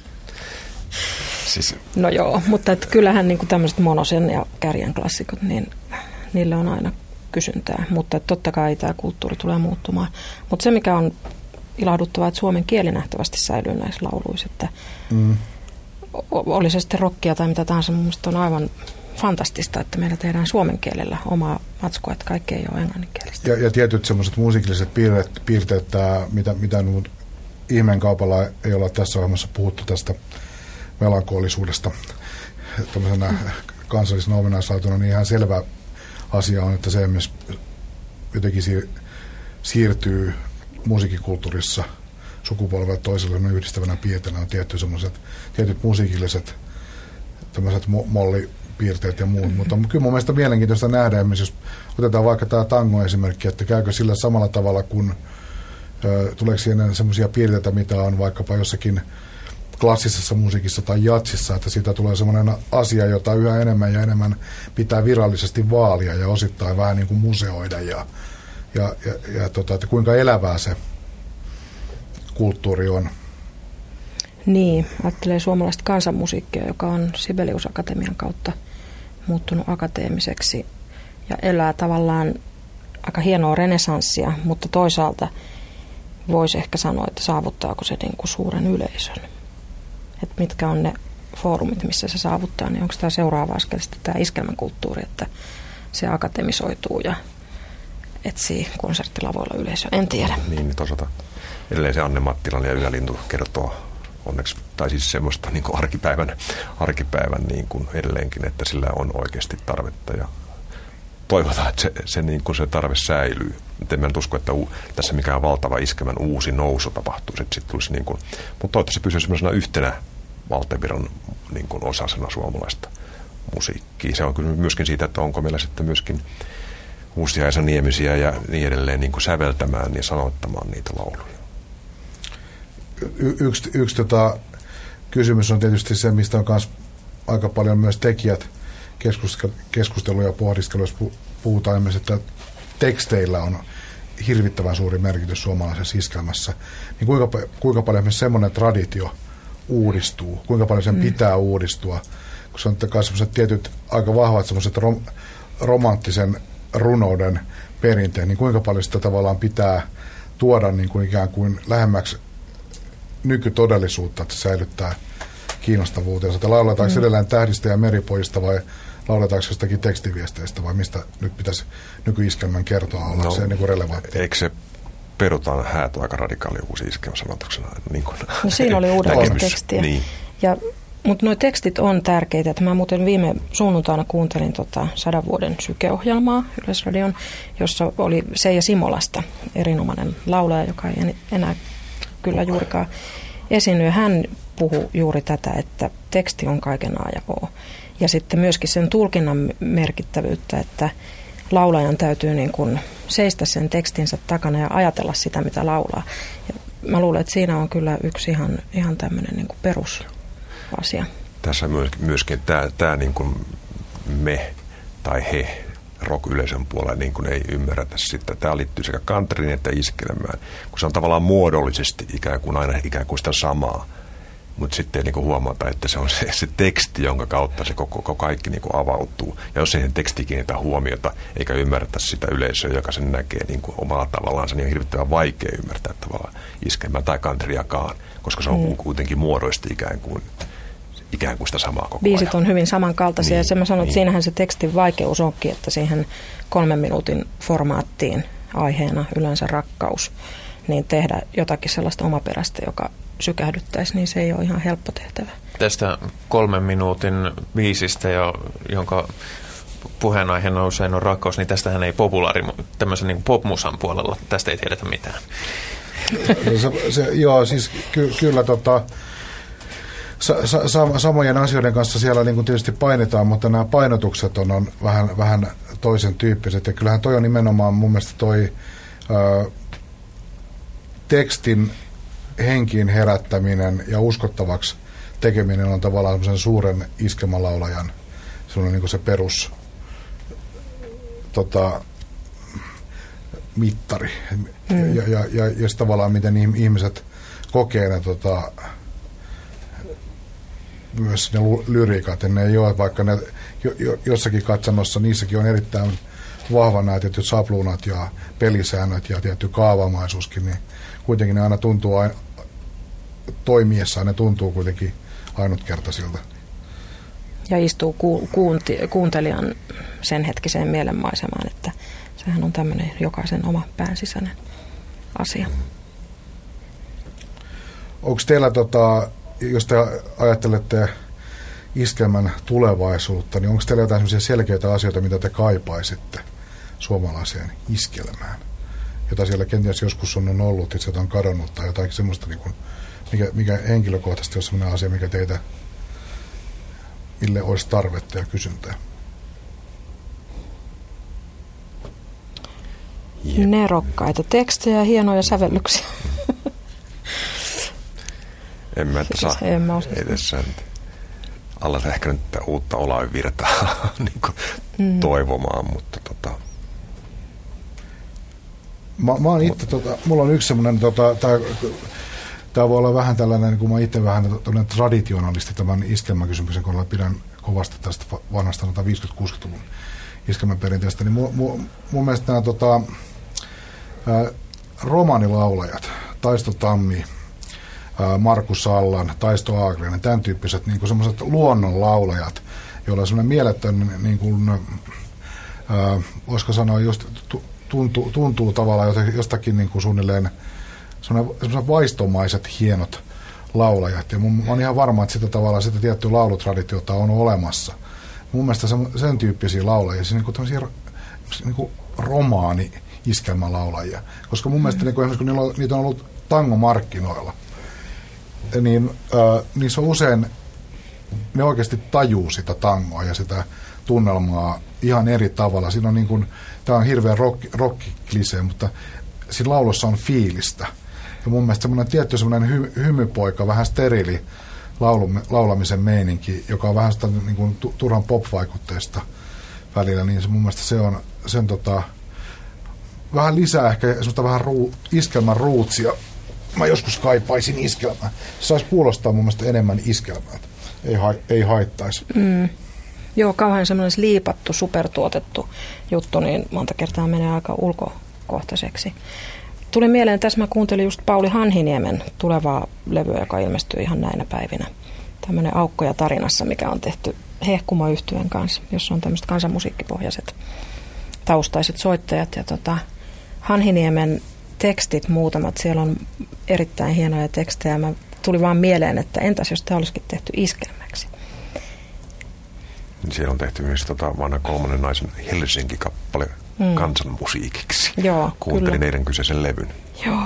Siis. No joo, mutta et kyllähän niin tämmöiset Monosen ja Kärjän klassikot, niin niille on aina kysyntää. Mutta totta kai tämä kulttuuri tulee muuttumaan. Mutta se, mikä on ilahduttavaa, että suomen kieli nähtävästi säilyy näissä lauluissa. Että mm. oli se sitten rockia tai mitä tahansa, mun mielestä on aivan fantastista, että meillä tehdään suomen kielellä omaa matskua, että kaikki ei ole englanninkielistä. Ja, ja tietyt semmoiset musiikilliset piirteet, piirteet tää, mitä, mitä nyt ihmeen kaupalla ei olla tässä ohjelmassa puhuttu tästä melankolisuudesta tämmöisenä kansallisena ominaislaituna, niin ihan selvä asia on, että se myös jotenkin siir- siirtyy musiikkikulttuurissa sukupolvelta toiselle yhdistävänä piirteenä on tietty semmoiset, tietyt musiikilliset tämmöiset mo- mollipiirteet ja muut, mm-hmm. mutta kyllä mun mielestä mielenkiintoista nähdä, jos otetaan vaikka tämä tango-esimerkki, että käykö sillä samalla tavalla kuin ö, tuleeko siinä semmoisia piirteitä, mitä on vaikkapa jossakin klassisessa musiikissa tai jatsissa, että siitä tulee semmoinen asia, jota yhä enemmän ja enemmän pitää virallisesti vaalia ja osittain vähän niin kuin museoida ja, ja, ja, ja tota, että kuinka elävää se kulttuuri on. Niin, ajattelee suomalaista kansanmusiikkia, joka on Sibelius Akatemian kautta muuttunut akateemiseksi ja elää tavallaan aika hienoa renesanssia, mutta toisaalta voisi ehkä sanoa, että saavuttaako se niin kuin suuren yleisön. Että mitkä on ne foorumit, missä se saavuttaa, niin onko tämä seuraava askel sitten tämä iskelmäkulttuuri, että se akatemisoituu ja etsii konserttilavoilla yleisöä. En tiedä. Niin, toisaalta edelleen se Anne Mattilan ja Ylä Lintu kertoo onneksi, tai siis semmoista niin kuin arkipäivän, arkipäivän niin kuin edelleenkin, että sillä on oikeasti tarvetta ja toivotaan, että se, se, niin kuin se tarve säilyy. En mä nyt usko, että u, tässä mikään valtava iskemän uusi nousu tapahtuu. Sit tulisi niin kuin, mutta toivottavasti pysyy semmoisena yhtenä valtaviran niin kuin osasena suomalaista musiikkia. Se on kyllä myöskin siitä, että onko meillä sitten myöskin uusia Esa Niemisiä ja niin edelleen niin kuin säveltämään ja sanoittamaan niitä lauluja. Y- yksi yksi tota, kysymys on tietysti se, mistä on myös aika paljon myös tekijät keskusteluja ja pohdiskeluja, jos puhutaan esimerkiksi, että teksteillä on hirvittävän suuri merkitys suomalaisessa iskelmässä, niin kuinka, kuinka paljon myös semmoinen traditio uudistuu, kuinka paljon sen mm. pitää uudistua, kun se on sellaiset tietyt aika vahvat semmoiset rom, romanttisen runouden perinteet, niin kuinka paljon sitä tavallaan pitää tuoda niin kuin ikään kuin lähemmäksi nykytodellisuutta, että se säilyttää kiinnostavuutensa. Että lauletaanko mm. edelleen Tähdistä ja meripojista vai lauletaanko jostakin tekstiviesteistä vai mistä nyt pitäisi nykyiskelmän kertoa olla no, se niin kuin relevantti? Eikö se perutaan häät aika radikaali uusi iskelmä sanotuksena? Niin kuin, no siinä oli uudenlaista tekstiä. Niin. Ja, mutta nuo tekstit on tärkeitä. Että mä muuten viime sunnuntaina kuuntelin tota sadan vuoden sykeohjelmaa Yleisradion, jossa oli Seija Simolasta erinomainen laulaja, joka ei enää kyllä juurikaan esiinny. Hän puhui juuri tätä, että teksti on kaiken A ja O. Ja sitten myöskin sen tulkinnan merkittävyyttä, että laulajan täytyy niin kuin seistä sen tekstinsä takana ja ajatella sitä, mitä laulaa. Ja mä luulen, että siinä on kyllä yksi ihan, ihan tämmöinen niin kuin perusasia. Tässä myöskin tämä, tämä niin kuin me tai he rock-yleisön puolella niin kuin ei ymmärretä sitä. Tämä liittyy sekä countryin että iskelmään, kun se on tavallaan muodollisesti ikään kuin aina ikään kuin sitä samaa. Mutta sitten ei niinku huomata, että se on se, se teksti, jonka kautta se koko, koko kaikki niinku avautuu. Ja jos siihen teksti kiinnittää huomiota, eikä ymmärretä sitä yleisöä, joka sen näkee niinku omalla tavallaan, niin on hirvittävän vaikea ymmärtää tavallaan iskelmää tai countryakaan, koska se on mm. kuitenkin muodoisesti ikään kuin, ikään kuin sitä samaa koko Biisit ajan. on hyvin samankaltaisia niin, ja sen mä sanon, niin. että siinähän se tekstin vaikeus onkin, että siihen kolmen minuutin formaattiin aiheena yleensä rakkaus, niin tehdä jotakin sellaista omaperäistä, joka sykähdyttäisi, niin se ei ole ihan helppo tehtävä. Tästä kolmen minuutin biisistä, jonka puheenaiheena usein on rakkaus, niin tästähän ei populaari, tämmöisen niin popmusan puolella, tästä ei tiedetä mitään. Se, se, joo, siis ky, kyllä tota, sa, sa, samojen asioiden kanssa siellä niin kuin tietysti painetaan, mutta nämä painotukset on, on vähän, vähän toisen tyyppiset. Ja kyllähän toi on nimenomaan mun mielestä toi ää, tekstin henkiin herättäminen ja uskottavaksi tekeminen on tavallaan semmoisen suuren iskelmälaulajan semmoinen niin kuin se perus tota, mittari. Mm. Ja, ja, ja, ja tavallaan miten ihmiset kokee ne tota, myös ne lyriikat. Ja ne ei ole, vaikka ne jo, jo, jossakin katsannossa, niissäkin on erittäin vahva nämä tietyt sapluunat ja pelisäännöt ja tietty kaavamaisuuskin, niin kuitenkin ne aina tuntuu, aina, toimiessaan ne tuntuu kuitenkin ainutkertaisilta. Ja istuu ku, kuunti, kuuntelijan sen hetkiseen mielenmaisemaan, että sehän on tämmöinen jokaisen oma pään sisäinen asia. Onko teillä, tota, jos te ajattelette iskelmän tulevaisuutta, niin onko teillä jotain sellaisia selkeitä asioita, mitä te kaipaisitte suomalaiseen iskelmään? Jota siellä kenties joskus on ollut, että sieltä on kadonnut tai jotain semmoista, niin kuin, mikä, mikä henkilökohtaisesti on sellainen asia, mikä teitä, mille olisi tarvetta ja kysyntää? Jep. Nerokkaita tekstejä ja hienoja sävellyksiä. En mä saa edessä alla ehkä nyt uutta Olavi-virtaa niin mm. toivomaan, mutta tota... Mä, mä oon itse, tota, mulla on yksi semmoinen, tota, tää, tää voi olla vähän tällainen, kun mä itse vähän traditionalisti tämän iskelmäkysymyksen kohdalla pidän kovasti tästä vanhasta viisikymmentä-kuusikymmentäluvun iskelmäperinteestä, niin mu, mu, mun mielestä nämä tota, ää, romaanilaulajat, Taisto Tammi, ää, Markus Sallan, Taisto Aagrenen, tämän tyyppiset niin semmoiset luonnonlaulajat, joilla on semmoinen mieletön, niin kuin, ää, voisiko sanoa, just tuntuu, tuntuu tavallaan jostakin niin kuin suunnilleen semmoiset vaistomaiset hienot laulajat. Ja mä oon ihan varma, että sitä tavallaan sitä tiettyä laulutraditiota on olemassa. Mun mielestä sen, sen tyyppisiä laulajia, siis niin tämmöisiä niin romaani-iskelmälaulajia. Koska mun mielestä, niin kuin, kun niillä on, niitä on ollut tangomarkkinoilla, niin äh, niissä on usein, ne oikeasti tajuu sitä tangoa ja sitä tunnelmaa ihan eri tavalla. Siinä on niin kuin, tämä on hirveän rock, rock-klisee, mutta siinä laulussa on fiilistä. Ja mun mielestä semmoinen tietty semmoinen hy, hymypoika, vähän steriili laulu, laulamisen meininki, joka on vähän sitä niin kuin turhan pop-vaikutteista välillä, niin se mun mielestä se on sen tota, vähän lisää ehkä semmoista vähän ruu, iskelmän ruutsia. Mä joskus kaipaisin iskelmää. Se saisi kuulostaa mun mielestä enemmän iskelmältä. Ei, ha, ei haittaisi. Mm. Joo, kauhean semmoinen liipattu, supertuotettu juttu, niin monta kertaa menee aika ulkokohtaiseksi. Tuli mieleen, tässä mä kuuntelin just Pauli Hanhiniemen tulevaa levyä, joka ilmestyy ihan näinä päivinä. Tämmöinen Aukkoja tarinassa, mikä on tehty Hehkuma-yhtyeen kanssa, jossa on tämmöiset kansanmusiikkipohjaiset taustaiset soittajat. Ja tota, Hanhiniemen tekstit muutamat, siellä on erittäin hienoja tekstejä. Mä tuli vaan mieleen, että entäs jos tämä olisikin tehty iskelmäksi? Siellä on tehty myös tota vanha kolmannen naisen Helsinki-kappale mm. kansanmusiikiksi. Joo, kuuntelin kyllä. Eilen kyseisen levyn. Joo.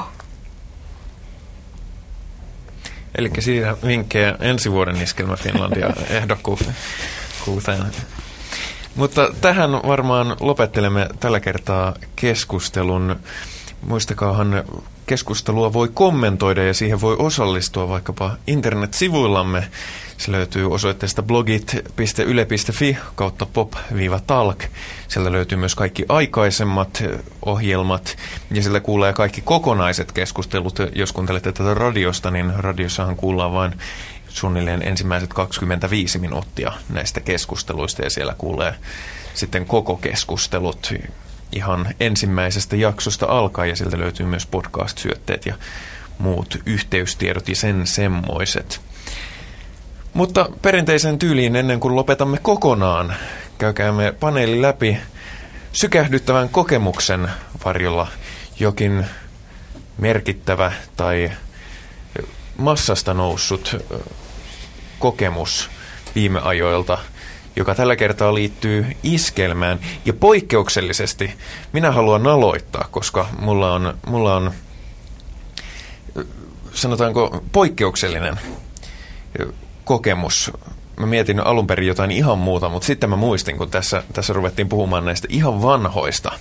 Eli siinä vinkkejä ensi vuoden Iskelmä Finlandia ehdokkuuteen. Mutta tähän varmaan lopettelemme tällä kertaa keskustelun. Muistakaahan, keskustelua voi kommentoida ja siihen voi osallistua vaikkapa internetsivuillamme. Se löytyy osoitteesta blogit piste yle piste fi kautta pop-talk. Sieltä löytyy myös kaikki aikaisemmat ohjelmat ja sieltä kuulee kaikki kokonaiset keskustelut. Jos kuuntelette tätä radiosta, niin radiossahan kuullaan vain suunnilleen ensimmäiset kaksikymmentäviisi minuuttia näistä keskusteluista ja siellä kuulee sitten koko keskustelut ihan ensimmäisestä jaksosta alkaen ja sieltä löytyy myös podcast-syötteet ja muut yhteystiedot ja sen semmoiset. Mutta perinteisen tyyliin ennen kuin lopetamme kokonaan, käykäämme paneeli läpi sykähdyttävän kokemuksen varjolla jokin merkittävä tai massasta noussut kokemus viime ajoilta, joka tällä kertaa liittyy iskelmään. Ja poikkeuksellisesti minä haluan aloittaa, koska mulla on, mulla on sanotaanko poikkeuksellinen kokemus. Mä mietin alun perin jotain ihan muuta, mutta sitten mä muistin, kun tässä, tässä ruvettiin puhumaan näistä ihan vanhoista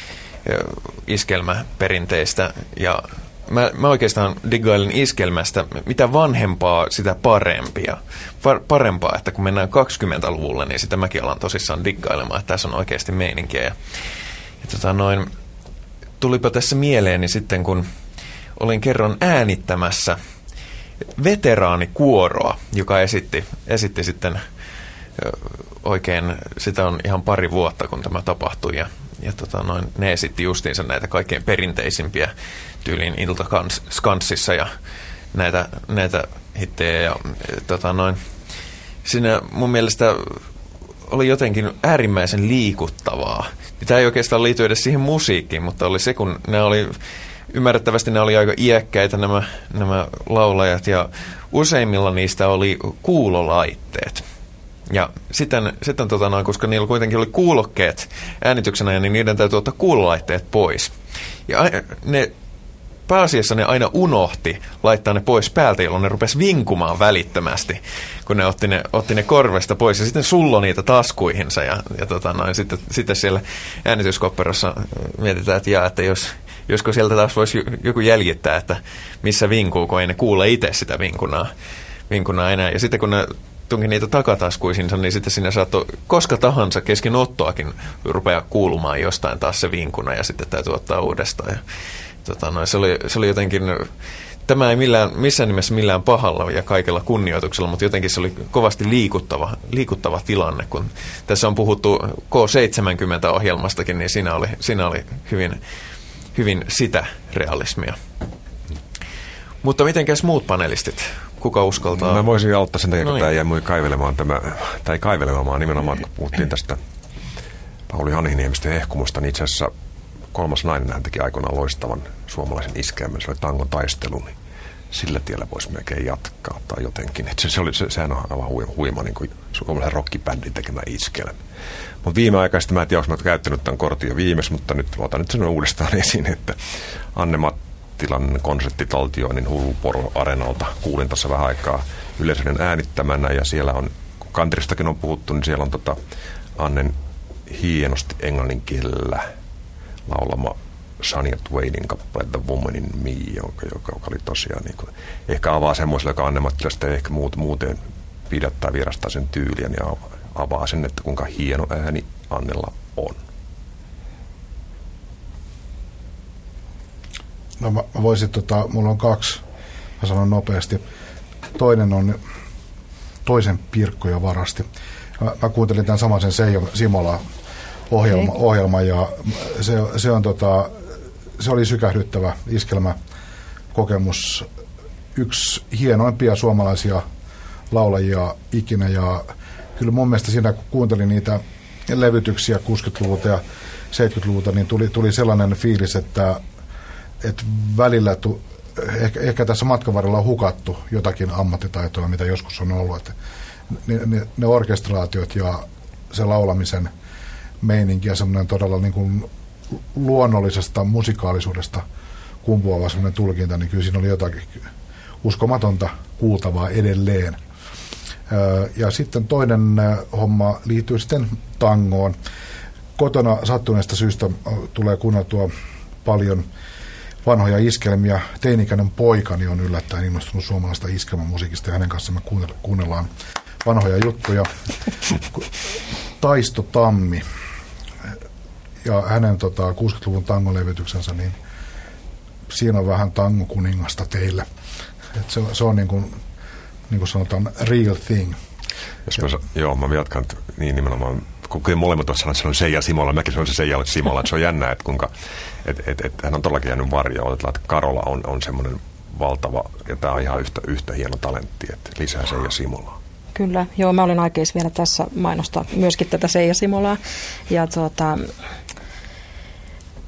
iskelmäperinteistä. Ja mä, mä oikeastaan diggailen iskelmästä, mitä vanhempaa, sitä parempia. Parempaa, että kun mennään kaksikymmentäluvulle, niin sitä mäkin alan tosissaan diggailemaan, että tässä on oikeasti meininkiä. Ja, ja tota noin, tulipa tässä mieleeni sitten, kun olin kerran äänittämässä veteraanikuoroa, joka esitti, esitti sitten oikein, sitä on ihan pari vuotta, kun tämä tapahtui, ja, ja tota noin, ne esitti justiinsa näitä kaikkein perinteisimpiä tyyliin Ilta-Skanssissa ja näitä, näitä hittejä, ja tota noin, siinä mun mielestä oli jotenkin äärimmäisen liikuttavaa. Tämä ei oikeastaan liity edes siihen musiikkiin, mutta oli se, kun ne oli ymmärrettävästi ne oli aika iäkkäitä nämä, nämä laulajat, ja useimmilla niistä oli kuulolaitteet. Ja sitten, sitten tota noin, koska niillä kuitenkin oli kuulokkeet äänityksenä, niin niiden täytyy ottaa kuulolaitteet pois. Ja ne, pääasiassa ne aina unohti laittaa ne pois päältä, jolloin ne rupesi vinkumaan välittömästi, kun ne otti ne, otti ne korvesta pois, ja sitten sullo niitä taskuihinsa. Ja, ja tota noin, sitten, sitten siellä äänityskopperossa mietitään, että, jaa, että jos... Josko sieltä taas voisi joku jäljittää, että missä vinkuu, kun ei ne kuule itse sitä vinkunaa, vinkunaa enää. Ja sitten kun ne tunki niitä takataskuisinsa, niin sitten siinä saattoi koska tahansa kesken ottoakin rupeaa kuulumaan jostain taas se vinkuna, ja sitten täytyy ottaa uudestaan. Ja, tota, no, se, oli, se oli jotenkin, tämä ei millään, missään nimessä millään pahalla ja kaikella kunnioituksella, mutta jotenkin se oli kovasti liikuttava, liikuttava tilanne. Kun tässä on puhuttu K seitsemänkymmentä-ohjelmastakin, niin siinä oli, siinä oli hyvin... hyvin sitä realismia. Mutta mitenkäs muut panelistit? Kuka uskaltaa? Mä voisin auttaa sen takia, kun tämä jäi mui kaivelemaan tämä, tai kaivelemaan nimenomaan, kun puhuttiin tästä Pauli Hanhiniemestä ja Hehkumusta, niin itse asiassa kolmas nainen hän teki aikoinaan loistavan suomalaisen iskelmän, se oli Tangon taistelu, niin sillä tiellä voisi melkein jatkaa tai jotenkin. Se, se oli, se, sehän on aivan huima, huima niin kuin suomalaisen rockibändin tekemä iskelmä. Mutta viimeaikaisesti, mä en tiedä, onko mä käyttänyt tämän kortin jo viimeksi, mutta nyt otan nyt sen uudestaan esiin, että Anne Mattilan konserttitaltioinnin Hullu Poro Areenalta kuulin tuossa vähän aikaa yleisöiden äänittämänä, ja siellä on, kun kantristakin on puhuttu, niin siellä on tota Annen hienosti englannin kielellä laulama Shania Twainin kappale The Woman in Me, joka, joka oli tosiaan niin kuin, ehkä avaa semmoiselle, joka Anne Mattilasta ehkä muut, muuten pidättää virastaa sen tyyliä, ja avaa sen, että kuinka hieno ääni Annella on. No mä, mä voisin, tota, mulla on kaksi, mä sanon nopeasti. Toinen on Toisen Pirkkoja varasti. Mä, mä kuuntelin tämän samaisen Seijo Simola ohjelma, ohjelma ja se, se, on, tota, se oli sykähdyttävä iskelmäkokemus. Yksi hienoimpia suomalaisia laulajia ikinä, ja kyllä mun mielestä siinä, kun kuuntelin niitä levytyksiä kuusikymmentäluvulta ja seitsemänkymmentäluvulta, niin tuli, tuli sellainen fiilis, että, että välillä tu, ehkä, ehkä tässä matkan varrella on hukattu jotakin ammattitaitoa, mitä joskus on ollut. Että ne, ne, ne orkestraatiot ja se laulamisen meininki ja semmoinen todella niin kuin luonnollisesta musikaalisuudesta kumpuava semmoinen tulkinta, niin kyllä siinä oli jotakin uskomatonta kuultavaa edelleen. Ja sitten toinen homma liittyy sitten tangoon. Kotona sattuneesta syystä tulee kuunneltua paljon vanhoja iskelmiä. Teini-ikäinen poikani on yllättäen innostunut suomalaista iskelmämusiikista, ja hänen kanssaan me kuunnellaan vanhoja juttuja. Taisto Tammi ja hänen tota, kuusikymmentäluvun tangolevytyksensä, niin siinä on vähän tangokuningasta teille. Et se, se on niin kuin, niin kuin sanotaan, real thing. Jos mä, joo, mä jatkan niin nimenomaan, kun molemmat ovat sanoneet, että se on Seija Simola, mäkin sanon se Seija Simola, että se on jännä, että kuinka, et, et, et, hän on todellakin jäänyt varjoon, että Karola on, on semmoinen valtava, ja tämä on ihan yhtä, yhtä hieno talentti, että lisää Seija Simolaa. Kyllä, joo, mä olin aikeis vielä tässä mainostaa myöskin tätä Seija Simolaa, ja tuota,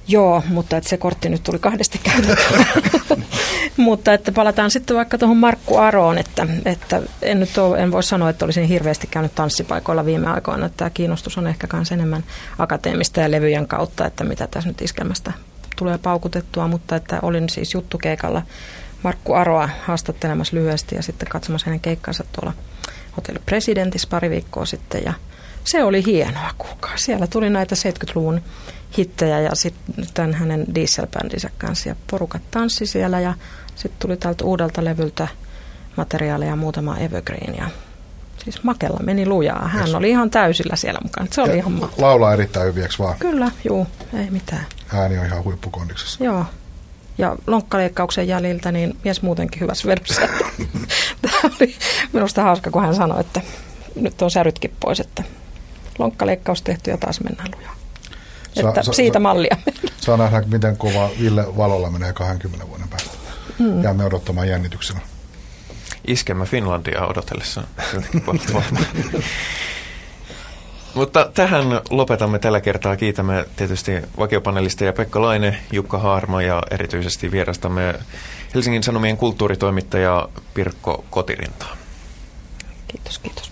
Joo, mutta että se kortti nyt tuli kahdesti käytettyä. Mutta että palataan sitten vaikka tuohon Markku Aroon, että, että en nyt ole, en voi sanoa, että olisin hirveästi käynyt tanssipaikoilla viime aikoina. Tämä kiinnostus on ehkä myös enemmän akateemista ja levyjen kautta, että mitä tässä nyt iskelmästä tulee paukutettua, mutta että olin siis juttukeikalla Markku Aroa haastattelemassa lyhyesti ja sitten katsomassa hänen keikkansa tuolla Hotelli Presidentissä pari viikkoa sitten ja se oli hienoa, kuulkaa. Siellä tuli näitä seitsemänkymmentäluvun hittejä ja sitten hänen dieselbändinsä kanssa ja porukat tanssi siellä ja sitten tuli tältä uudelta levyltä materiaalia ja muutama evergreen ja siis Makella meni lujaa. Hän yes. oli ihan täysillä siellä mukana. Se oli ja ihan mahtavaa. Laulaa erittäin hyvin, eikö vaan? Kyllä, juu, ei mitään. Ääni on ihan huippukondiksessa. Joo. Ja lonkkaleikkauksen jäljiltä, niin mies muutenkin hyvässä vedossa. Tämä oli minusta hauska, kun hän sanoi, että nyt on särytkin pois, että lonkkaleikkaus tehty ja taas mennään lujaa. Sa, että sa, siitä sa, mallia. Saa nähdä, miten kova Ville Valolla menee kahdenkymmenen vuoden päästä. Mm. Jäämme odottamaan jännityksellä. Iskelmä Finlandia odotellessa. Mutta tähän lopetamme tällä kertaa. Kiitämme tietysti vakiopanelisteja Pekka Laine, Jukka Haarma ja erityisesti vierastamme Helsingin Sanomien kulttuuritoimittaja Pirkko Kotirintaa. Kiitos, kiitos.